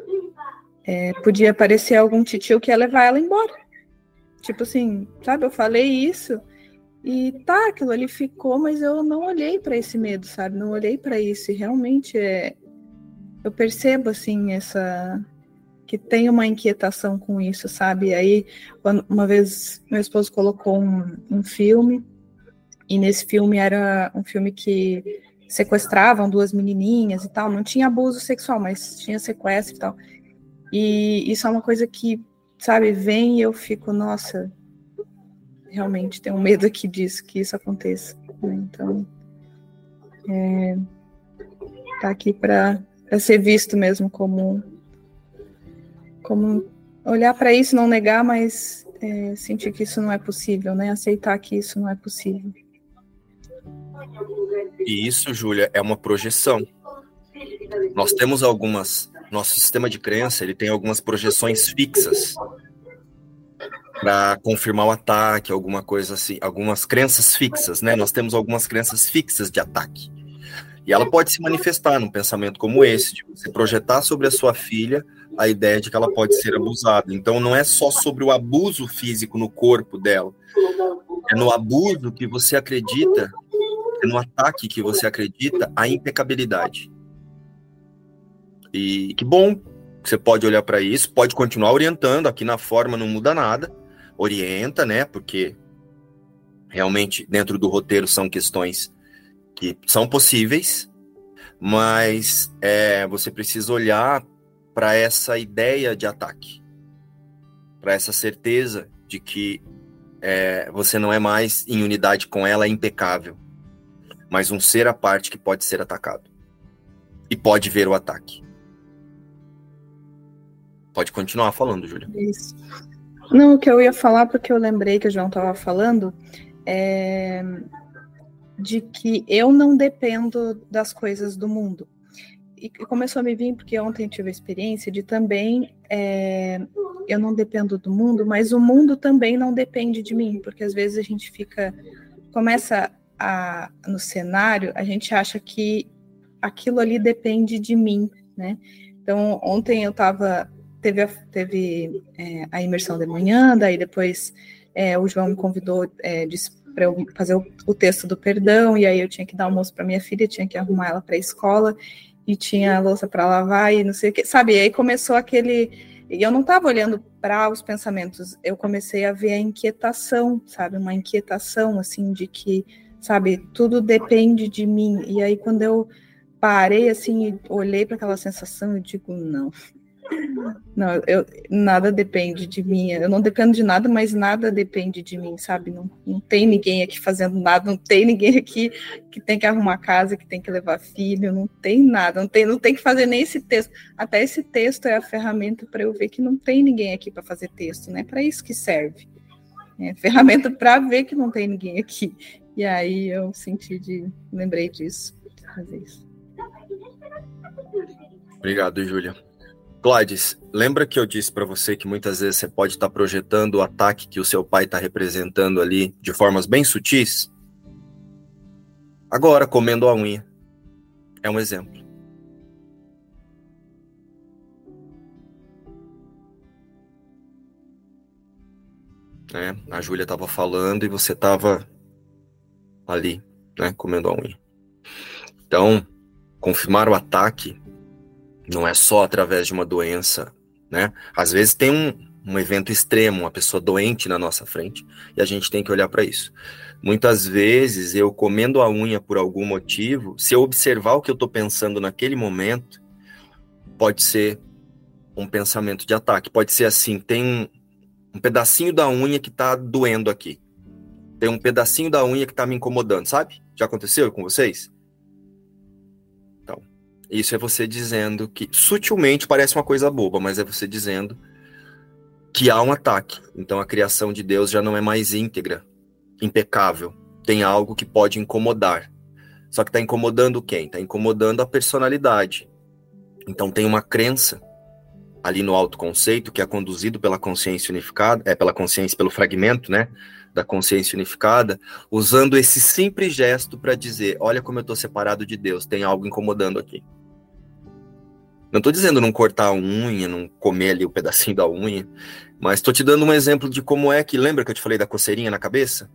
Speaker 7: podia aparecer algum titio que ia levar ela embora. Tipo assim, sabe? Eu falei isso e aquilo ali ficou, mas eu não olhei para esse medo, sabe? Não olhei para isso e realmente eu percebo, assim, que tem uma inquietação com isso, sabe? Aí, uma vez, meu esposo colocou um filme e nesse filme era um filme que sequestravam duas menininhas e tal. Não tinha abuso sexual, mas tinha sequestro e tal. E isso é uma coisa que, sabe, vem e eu fico, nossa, realmente tenho medo aqui disso, que isso aconteça, né? Então, tá aqui para ser visto mesmo como olhar para isso, não negar, mas sentir que isso não é possível, né? Aceitar que isso não é possível.
Speaker 2: E isso, Júlia, é uma projeção. Nós temos nosso sistema de crença, ele tem algumas projeções fixas para confirmar o ataque, alguma coisa assim, algumas crenças fixas, né? Nós temos algumas crenças fixas de ataque. E ela pode se manifestar num pensamento como esse, de você projetar sobre a sua filha a ideia de que ela pode ser abusada. Então, não é só sobre o abuso físico no corpo dela, é no abuso que você acredita, é no ataque que você acredita a impecabilidade. E que bom que você pode olhar para isso, pode continuar orientando, aqui na forma não muda nada, orienta, né, porque realmente dentro do roteiro são questões que são possíveis, mas você precisa olhar para essa ideia de ataque, para essa certeza de que você não é mais em unidade com ela, é impecável, mas um ser à parte que pode ser atacado e pode ver o ataque. Pode continuar falando, Júlia.
Speaker 7: Isso. Não, o que eu ia falar, porque eu lembrei que o João estava falando, de que eu não dependo das coisas do mundo. E começou a me vir, porque ontem tive a experiência de também, eu não dependo do mundo, mas o mundo também não depende de mim, porque às vezes a gente começa no cenário, a gente acha que aquilo ali depende de mim, né? Então, ontem eu teve a imersão de manhã, daí depois o João me convidou, disse para eu fazer o texto do perdão, e aí eu tinha que dar almoço para minha filha, tinha que arrumar ela para a escola, e tinha a louça para lavar, e não sei o que, sabe? E aí começou e eu não estava olhando para os pensamentos, eu comecei a ver a inquietação, sabe? Uma inquietação, assim, de que, sabe, tudo depende de mim. E aí quando eu parei, assim, e olhei para aquela sensação, eu digo, não, nada depende de mim, eu não dependo de nada, mas nada depende de mim, sabe? Não tem ninguém aqui fazendo nada, não tem ninguém aqui que tem que arrumar casa, que tem que levar filho, não tem nada, não tem que fazer nem esse texto. Até esse texto é a ferramenta para eu ver que não tem ninguém aqui para fazer texto, né? Para isso que serve. Ferramenta para ver que não tem ninguém aqui. E aí eu lembrei disso, fazer isso.
Speaker 2: Obrigado, Júlia. Gladys, lembra que eu disse para você que muitas vezes você pode estar projetando o ataque que o seu pai está representando ali de formas bem sutis? Agora, comendo a unha. É um exemplo. A Júlia estava falando e você estava ali, né, comendo a unha. Então, confirmar o ataque não é só através de uma doença, né? Às vezes tem um evento extremo, uma pessoa doente na nossa frente, e a gente tem que olhar para isso. Muitas vezes, eu comendo a unha por algum motivo, se eu observar o que eu estou pensando naquele momento, pode ser um pensamento de ataque. Pode ser assim, tem um pedacinho da unha que está doendo aqui. Tem um pedacinho da unha que está me incomodando, sabe? Já aconteceu com vocês? Isso é você dizendo que, sutilmente, parece uma coisa boba, mas é você dizendo que há um ataque. Então a criação de Deus já não é mais íntegra, impecável. Tem algo que pode incomodar. Só que está incomodando quem? Está incomodando a personalidade. Então tem uma crença ali no autoconceito que é conduzido pela consciência unificada, pelo fragmento, né, da consciência unificada, usando esse simples gesto para dizer, olha como eu estou separado de Deus, tem algo incomodando aqui. Não estou dizendo não cortar a unha, não comer ali o pedacinho da unha, mas estou te dando um exemplo de como é que, lembra que eu te falei da coceirinha na cabeça?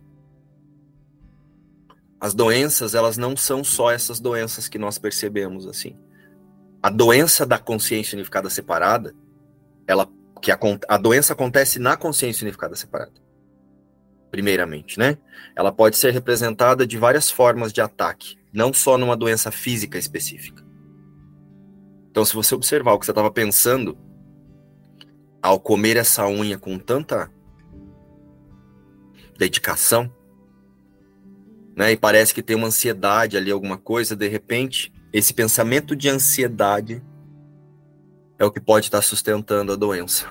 Speaker 2: As doenças, elas não são só essas doenças que nós percebemos, assim. A doença da consciência unificada separada, a doença acontece na consciência unificada separada. Primeiramente, né? Ela pode ser representada de várias formas de ataque, não só numa doença física específica. Então, se você observar o que você estava pensando ao comer essa unha com tanta dedicação, né? E parece que tem uma ansiedade ali, alguma coisa, de repente, esse pensamento de ansiedade é o que pode estar sustentando a doença.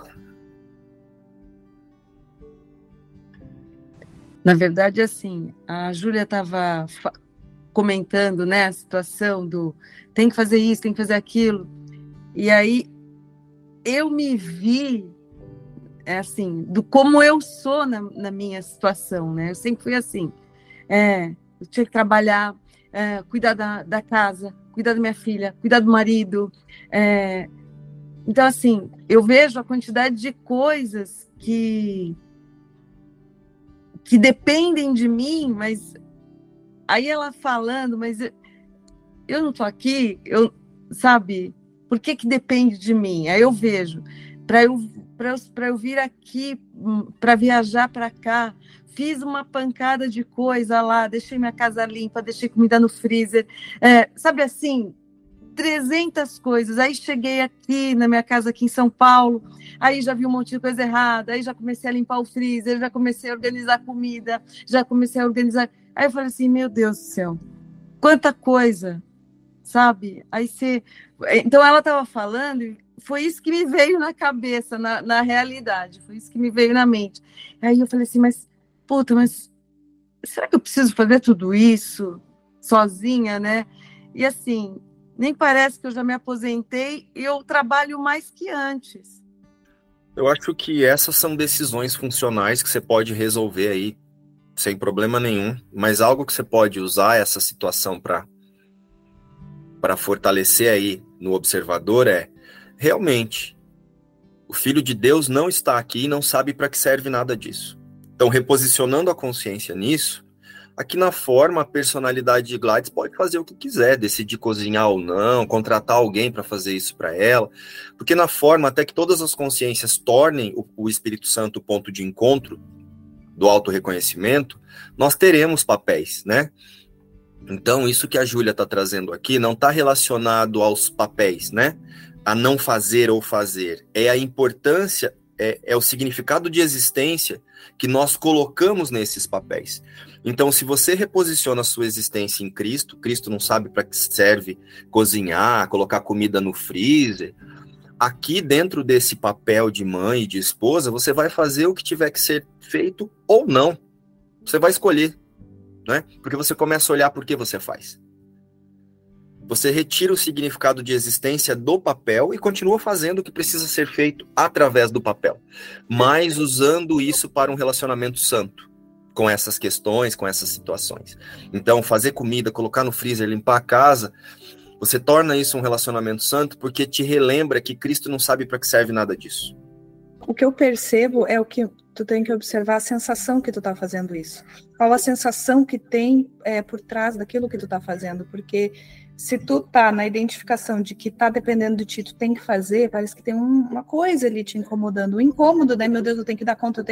Speaker 8: Na verdade, assim, a Júlia estava comentando, né, a situação do tem que fazer isso, tem que fazer aquilo. E aí eu me vi, assim, do como eu sou na minha situação, né? Eu sempre fui assim. Eu tinha que trabalhar, cuidar da casa, cuidar da minha filha, cuidar do marido. Então, assim, eu vejo a quantidade de coisas que dependem de mim, mas aí ela falando, mas eu não estou aqui, sabe? Por que depende de mim? Aí eu vejo, para eu vir aqui, para viajar para cá, fiz uma pancada de coisa lá, deixei minha casa limpa, deixei comida no freezer, sabe assim, 300 coisas. Aí cheguei aqui na minha casa aqui em São Paulo, aí já vi um monte de coisa errada, aí já comecei a limpar o freezer, já comecei a organizar comida, já comecei a organizar... Aí eu falei assim, meu Deus do céu, quanta coisa, sabe? Aí você... Então ela estava falando, e foi isso que me veio na cabeça, na realidade, foi isso que me veio na mente. Aí eu falei assim, mas será que eu preciso fazer tudo isso sozinha, né? E assim, nem parece que eu já me aposentei e eu trabalho mais que antes.
Speaker 2: Eu acho que essas são decisões funcionais que você pode resolver aí sem problema nenhum, mas algo que você pode usar essa situação para fortalecer aí no observador realmente, o Filho de Deus não está aqui e não sabe para que serve nada disso. Então, reposicionando a consciência nisso, aqui na forma, a personalidade de Gladys pode fazer o que quiser, decidir cozinhar ou não, contratar alguém para fazer isso para ela, porque na forma, até que todas as consciências tornem o Espírito Santo o ponto de encontro do autorreconhecimento, nós teremos papéis, né? Então, isso que a Júlia está trazendo aqui não está relacionado aos papéis, né? A não fazer ou fazer. É a importância, é o significado de existência que nós colocamos nesses papéis. Então, se você reposiciona a sua existência em Cristo, Cristo não sabe para que serve cozinhar, colocar comida no freezer. Aqui dentro desse papel de mãe e de esposa, você vai fazer o que tiver que ser feito ou não. Você vai escolher, né? Porque você começa a olhar por que você faz. Você retira o significado de existência do papel e continua fazendo o que precisa ser feito através do papel, mas usando isso para um relacionamento santo, com essas questões, com essas situações. Então, fazer comida, colocar no freezer, limpar a casa, você torna isso um relacionamento santo porque te relembra que Cristo não sabe para que serve nada disso.
Speaker 7: O que eu percebo é o que tu tem que observar, a sensação que tu tá fazendo isso. Qual a sensação que tem por trás daquilo que tu tá fazendo, porque se tu tá na identificação de que tá dependendo de ti, tu tem que fazer, parece que tem uma coisa ali te incomodando, um incômodo, né, meu Deus, eu tenho que dar conta.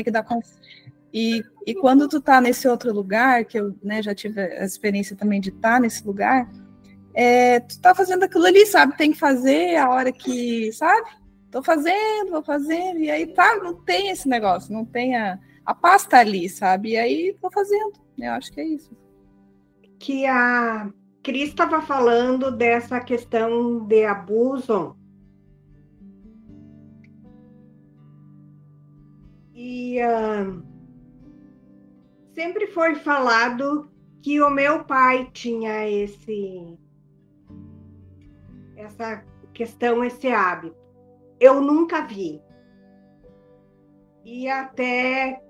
Speaker 7: E quando tu tá nesse outro lugar, que eu, né, já tive a experiência também de estar nesse lugar, tu tá fazendo aquilo ali, sabe, tem que fazer a hora que, sabe, vou fazendo, e aí tá, não tem esse negócio, não tem a pasta ali, sabe, e aí tô fazendo, eu acho que é isso.
Speaker 5: Que a Cris estava falando dessa questão de abuso, e sempre foi falado que o meu pai tinha essa questão, esse hábito. Eu nunca vi. E até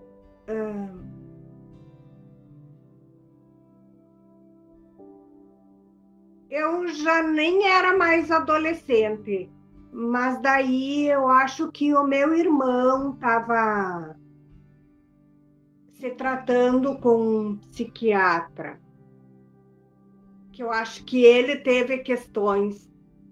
Speaker 5: eu já nem era mais adolescente, mas daí eu acho que o meu irmão estava se tratando com um psiquiatra, que eu acho que ele teve questões.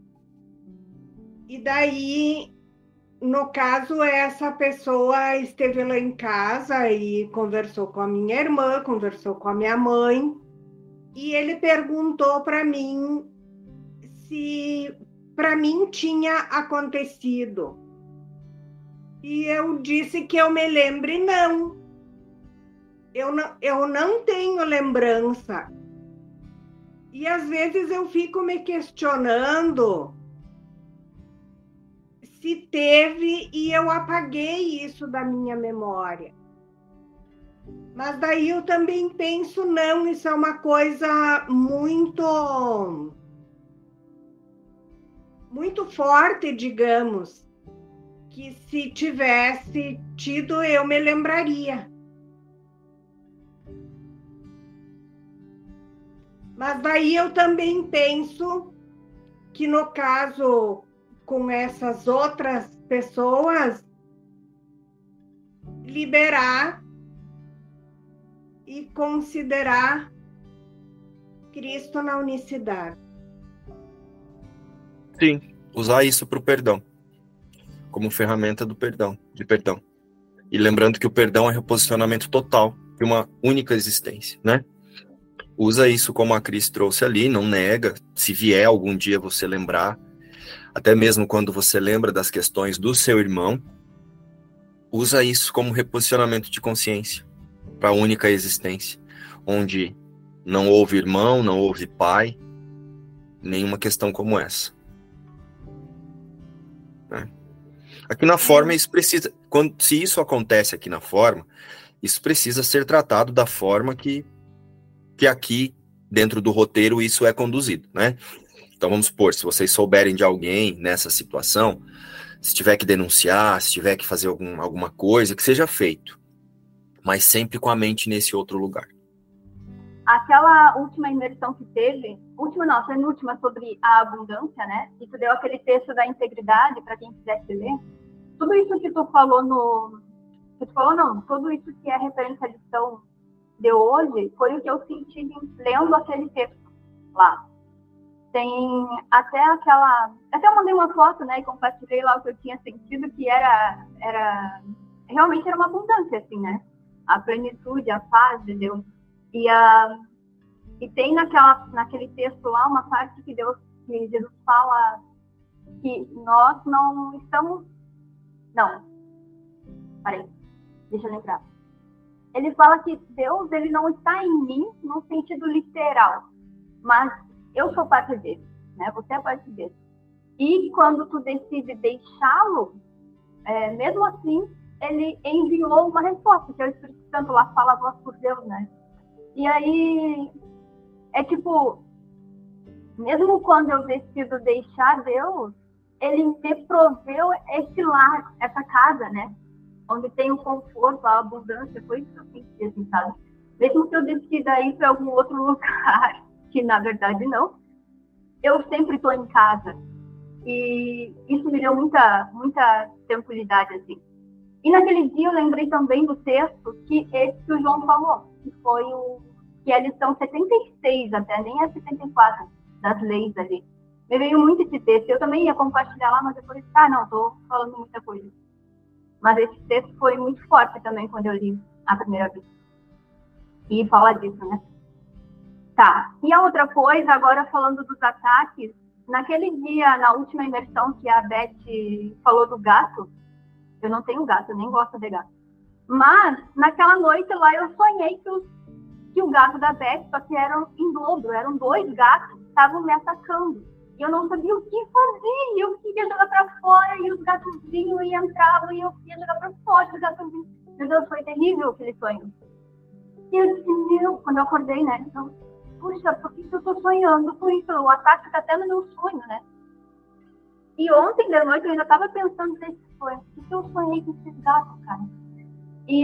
Speaker 5: E daí, no caso, essa pessoa esteve lá em casa e conversou com a minha irmã, conversou com a minha mãe, e ele perguntou para mim se para mim tinha acontecido. E eu disse que eu me lembre, não. eu não tenho lembrança. E às vezes eu fico me questionando se teve e eu apaguei isso da minha memória. Mas daí eu também penso, não, isso é uma coisa muito, muito forte, digamos, que se tivesse tido, eu me lembraria. Mas daí eu também penso que no caso com essas outras pessoas, liberar e considerar Cristo na unicidade.
Speaker 2: Sim, usar isso para o perdão, como ferramenta do perdão, de perdão. E lembrando que o perdão é reposicionamento total de uma única existência, né? Usa isso como a Cris trouxe ali, não nega, se vier algum dia você lembrar, até mesmo quando você lembra das questões do seu irmão, usa isso como reposicionamento de consciência para a única existência, onde não houve irmão, não houve pai, nenhuma questão como essa. Né? Aqui na forma, isso precisa, se isso acontece aqui na forma, isso precisa ser tratado da forma que aqui, dentro do roteiro, isso é conduzido, né? Então, vamos supor, se vocês souberem de alguém nessa situação, se tiver que denunciar, se tiver que fazer alguma coisa, que seja feito, mas sempre com a mente nesse outro lugar.
Speaker 9: Aquela última imersão que teve, penúltima sobre a abundância, né? E tu deu aquele texto da integridade para quem quisesse ler. Tudo isso que tu falou tudo isso que é referente à lição de hoje, foi o que eu senti lendo aquele texto lá. Tem até eu mandei uma foto, né, e compartilhei lá o que eu tinha sentido, que realmente era uma abundância, assim, né? A plenitude, a paz de Deus. E tem naquele texto lá uma parte que Jesus fala que nós não estamos... Não, parei, deixa eu lembrar. Ele fala que Deus, ele não está em mim no sentido literal, mas eu sou parte dele, né? Você é parte dele. E quando tu decide deixá-lo, mesmo assim, ele enviou uma resposta, que é o Espírito Santo lá fala a voz por Deus, né? E aí, é tipo, mesmo quando eu decido deixar Deus, ele me proveu esse lar, essa casa, né? Onde tem o conforto, a abundância, foi isso que eu senti, assim, sabe? Mesmo que eu decida ir para algum outro lugar, que na verdade não, eu sempre estou em casa. E isso me deu muita, muita tranquilidade, assim. E naquele dia eu lembrei também do texto que o João falou, que é a lição 76, até nem é 74, das leis ali. Me veio muito esse texto. Eu também ia compartilhar lá, mas depois, estou falando muita coisa. Mas esse texto foi muito forte também quando eu li a primeira vez. E fala disso, né? Tá. E a outra coisa, agora falando dos ataques, naquele dia, na última imersão que a Beth falou do gato, eu não tenho gato, eu nem gosto de gato. Mas, naquela noite lá, eu sonhei que o gato da Beth, só que eram em dobro, eram 2 gatos, estavam me atacando. E eu não sabia o que fazer, eu queria jogar pra fora, e os gatos vinham e entravam, e eu queria jogar pra fora, os gatos vinham. Meu Deus, foi terrível aquele sonho. E eu disse, quando eu acordei, né, então, puxa, por que eu tô sonhando com isso? O ataque fica até no meu sonho, né? E ontem de noite eu ainda tava pensando nesse sonho, o que eu sonhei com esses gatos, cara? E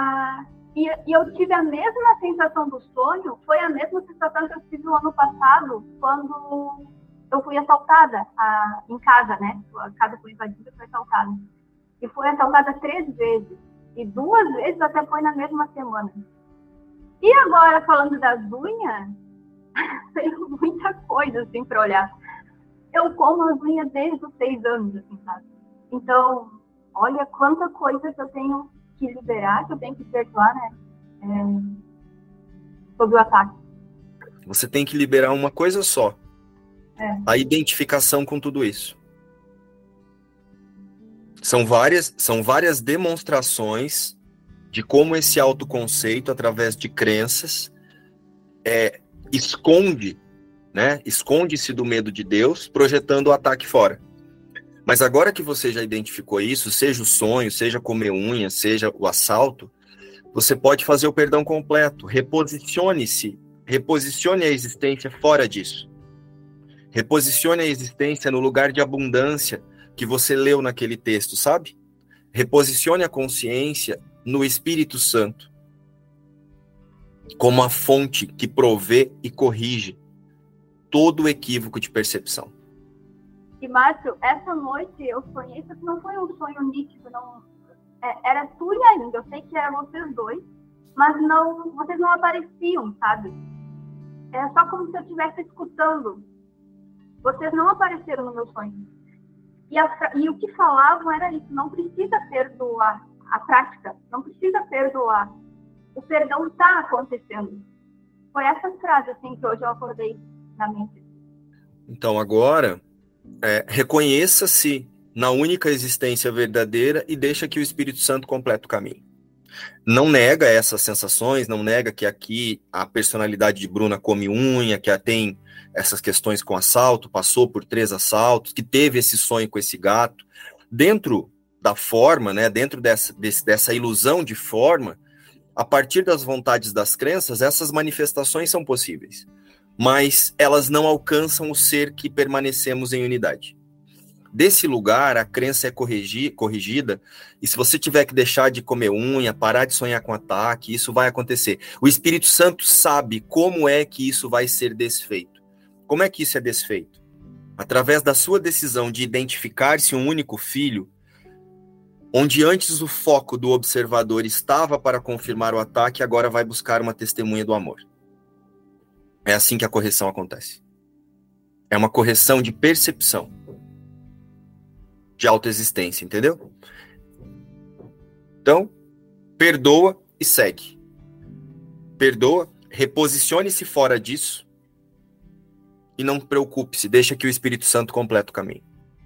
Speaker 9: eu tive a mesma sensação do sonho, foi a mesma sensação que eu tive no ano passado, quando eu fui assaltada em casa, né? A casa foi invadida, foi assaltada. E fui assaltada 3 vezes. E 2 vezes até foi na mesma semana. E agora, falando das unhas, tem muita coisa, assim, para olhar. Eu como as unhas desde os 6 anos, assim, sabe? Então, olha quanta coisa que eu tenho que liberar, que eu tenho que perdoar, né? Sobre o ataque.
Speaker 2: Você tem que liberar uma coisa só. A identificação com tudo isso. São várias demonstrações de como esse autoconceito, através de crenças, esconde, né? Esconde-se do medo de Deus, projetando o ataque fora. Mas agora que você já identificou isso, seja o sonho, seja comer unha, seja o assalto, você pode fazer o perdão completo. Reposicione-se, reposicione a existência fora disso. Reposicione a existência no lugar de abundância que você leu naquele texto, sabe? Reposicione a consciência no Espírito Santo, como a fonte que provê e corrige todo o equívoco de percepção.
Speaker 9: E, Márcio, essa noite eu sonhei, isso não foi um sonho nítido, não, era tu e a Inga, eu sei que eram vocês dois, mas não, vocês não apareciam, sabe? É só como se eu estivesse escutando. Vocês não apareceram no meu sonho. E o que falavam era isso, não precisa perdoar a prática, não precisa perdoar. O perdão está acontecendo. Foi essa frase assim, que hoje eu acordei na mente.
Speaker 2: Então agora, reconheça-se na única existência verdadeira e deixa que o Espírito Santo complete o caminho. Não nega essas sensações, não nega que aqui a personalidade de Bruna come unha, que ela tem essas questões com assalto, passou por 3 assaltos, que teve esse sonho com esse gato. Dentro da forma, né, dentro dessa ilusão de forma, a partir das vontades das crenças, essas manifestações são possíveis, mas elas não alcançam o ser que permanecemos em unidade. Desse lugar, a crença é corrigida, e se você tiver que deixar de comer unha, parar de sonhar com ataque, isso vai acontecer. O Espírito Santo sabe como é que isso vai ser desfeito. Como é que isso é desfeito? Através da sua decisão de identificar-se um único filho, onde antes o foco do observador estava para confirmar o ataque, agora vai buscar uma testemunha do amor. É assim que a correção acontece. É uma correção de percepção, de autoexistência, entendeu? Então, perdoa e segue. Perdoa, reposicione-se fora disso e não preocupe-se, deixa que o Espírito Santo complete o caminho.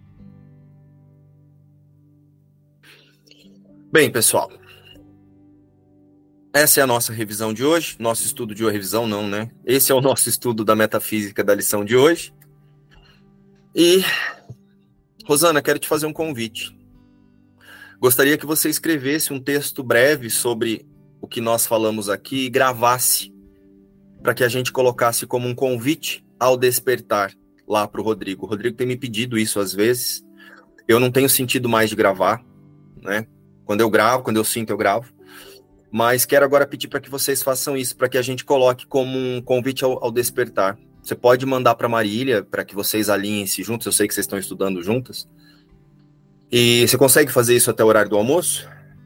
Speaker 2: Bem, pessoal, essa é a nossa revisão de hoje, nosso estudo de hoje, revisão não, né? Esse é o nosso estudo da metafísica da lição de hoje. E, Rosana, quero te fazer um convite. Gostaria que você escrevesse um texto breve sobre o que nós falamos aqui e gravasse, para que a gente colocasse como um convite ao despertar lá para o Rodrigo. O Rodrigo tem me pedido isso às vezes. Eu não tenho sentido mais de gravar, né? Quando eu gravo, quando eu sinto, eu gravo. Mas quero agora pedir para que vocês façam isso, para que a gente coloque como um convite ao despertar. Você pode mandar para a Marília, para que vocês alinhem-se juntos. Eu sei que vocês estão estudando juntas. E você consegue fazer isso até o horário do almoço?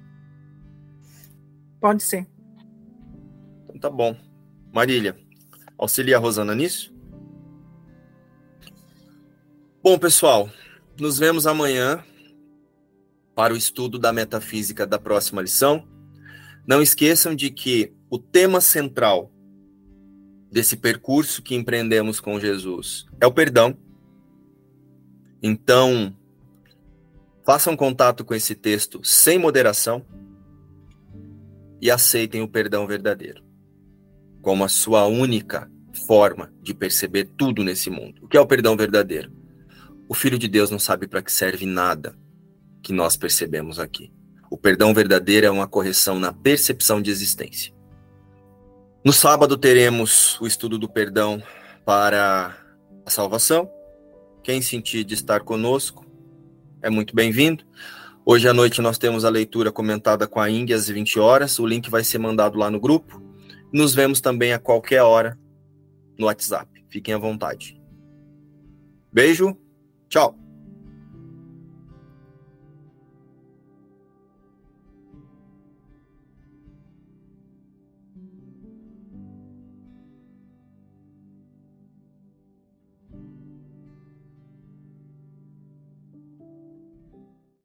Speaker 7: Pode ser.
Speaker 2: Então tá bom. Marília, auxilia a Rosana nisso? Bom, pessoal, nos vemos amanhã para o estudo da metafísica da próxima lição. Não esqueçam de que o tema central desse percurso que empreendemos com Jesus é o perdão. Então, façam contato com esse texto sem moderação e aceitem o perdão verdadeiro como a sua única forma de perceber tudo nesse mundo. O que é o perdão verdadeiro? O Filho de Deus não sabe para que serve nada que nós percebemos aqui. O perdão verdadeiro é uma correção na percepção de existência. No sábado teremos o estudo do perdão para a salvação. Quem sentir de estar conosco é muito bem-vindo. Hoje à noite nós temos a leitura comentada com a Índia às 20 horas. O link vai ser mandado lá no grupo. Nos vemos também a qualquer hora no WhatsApp. Fiquem à vontade. Beijo. Tchau.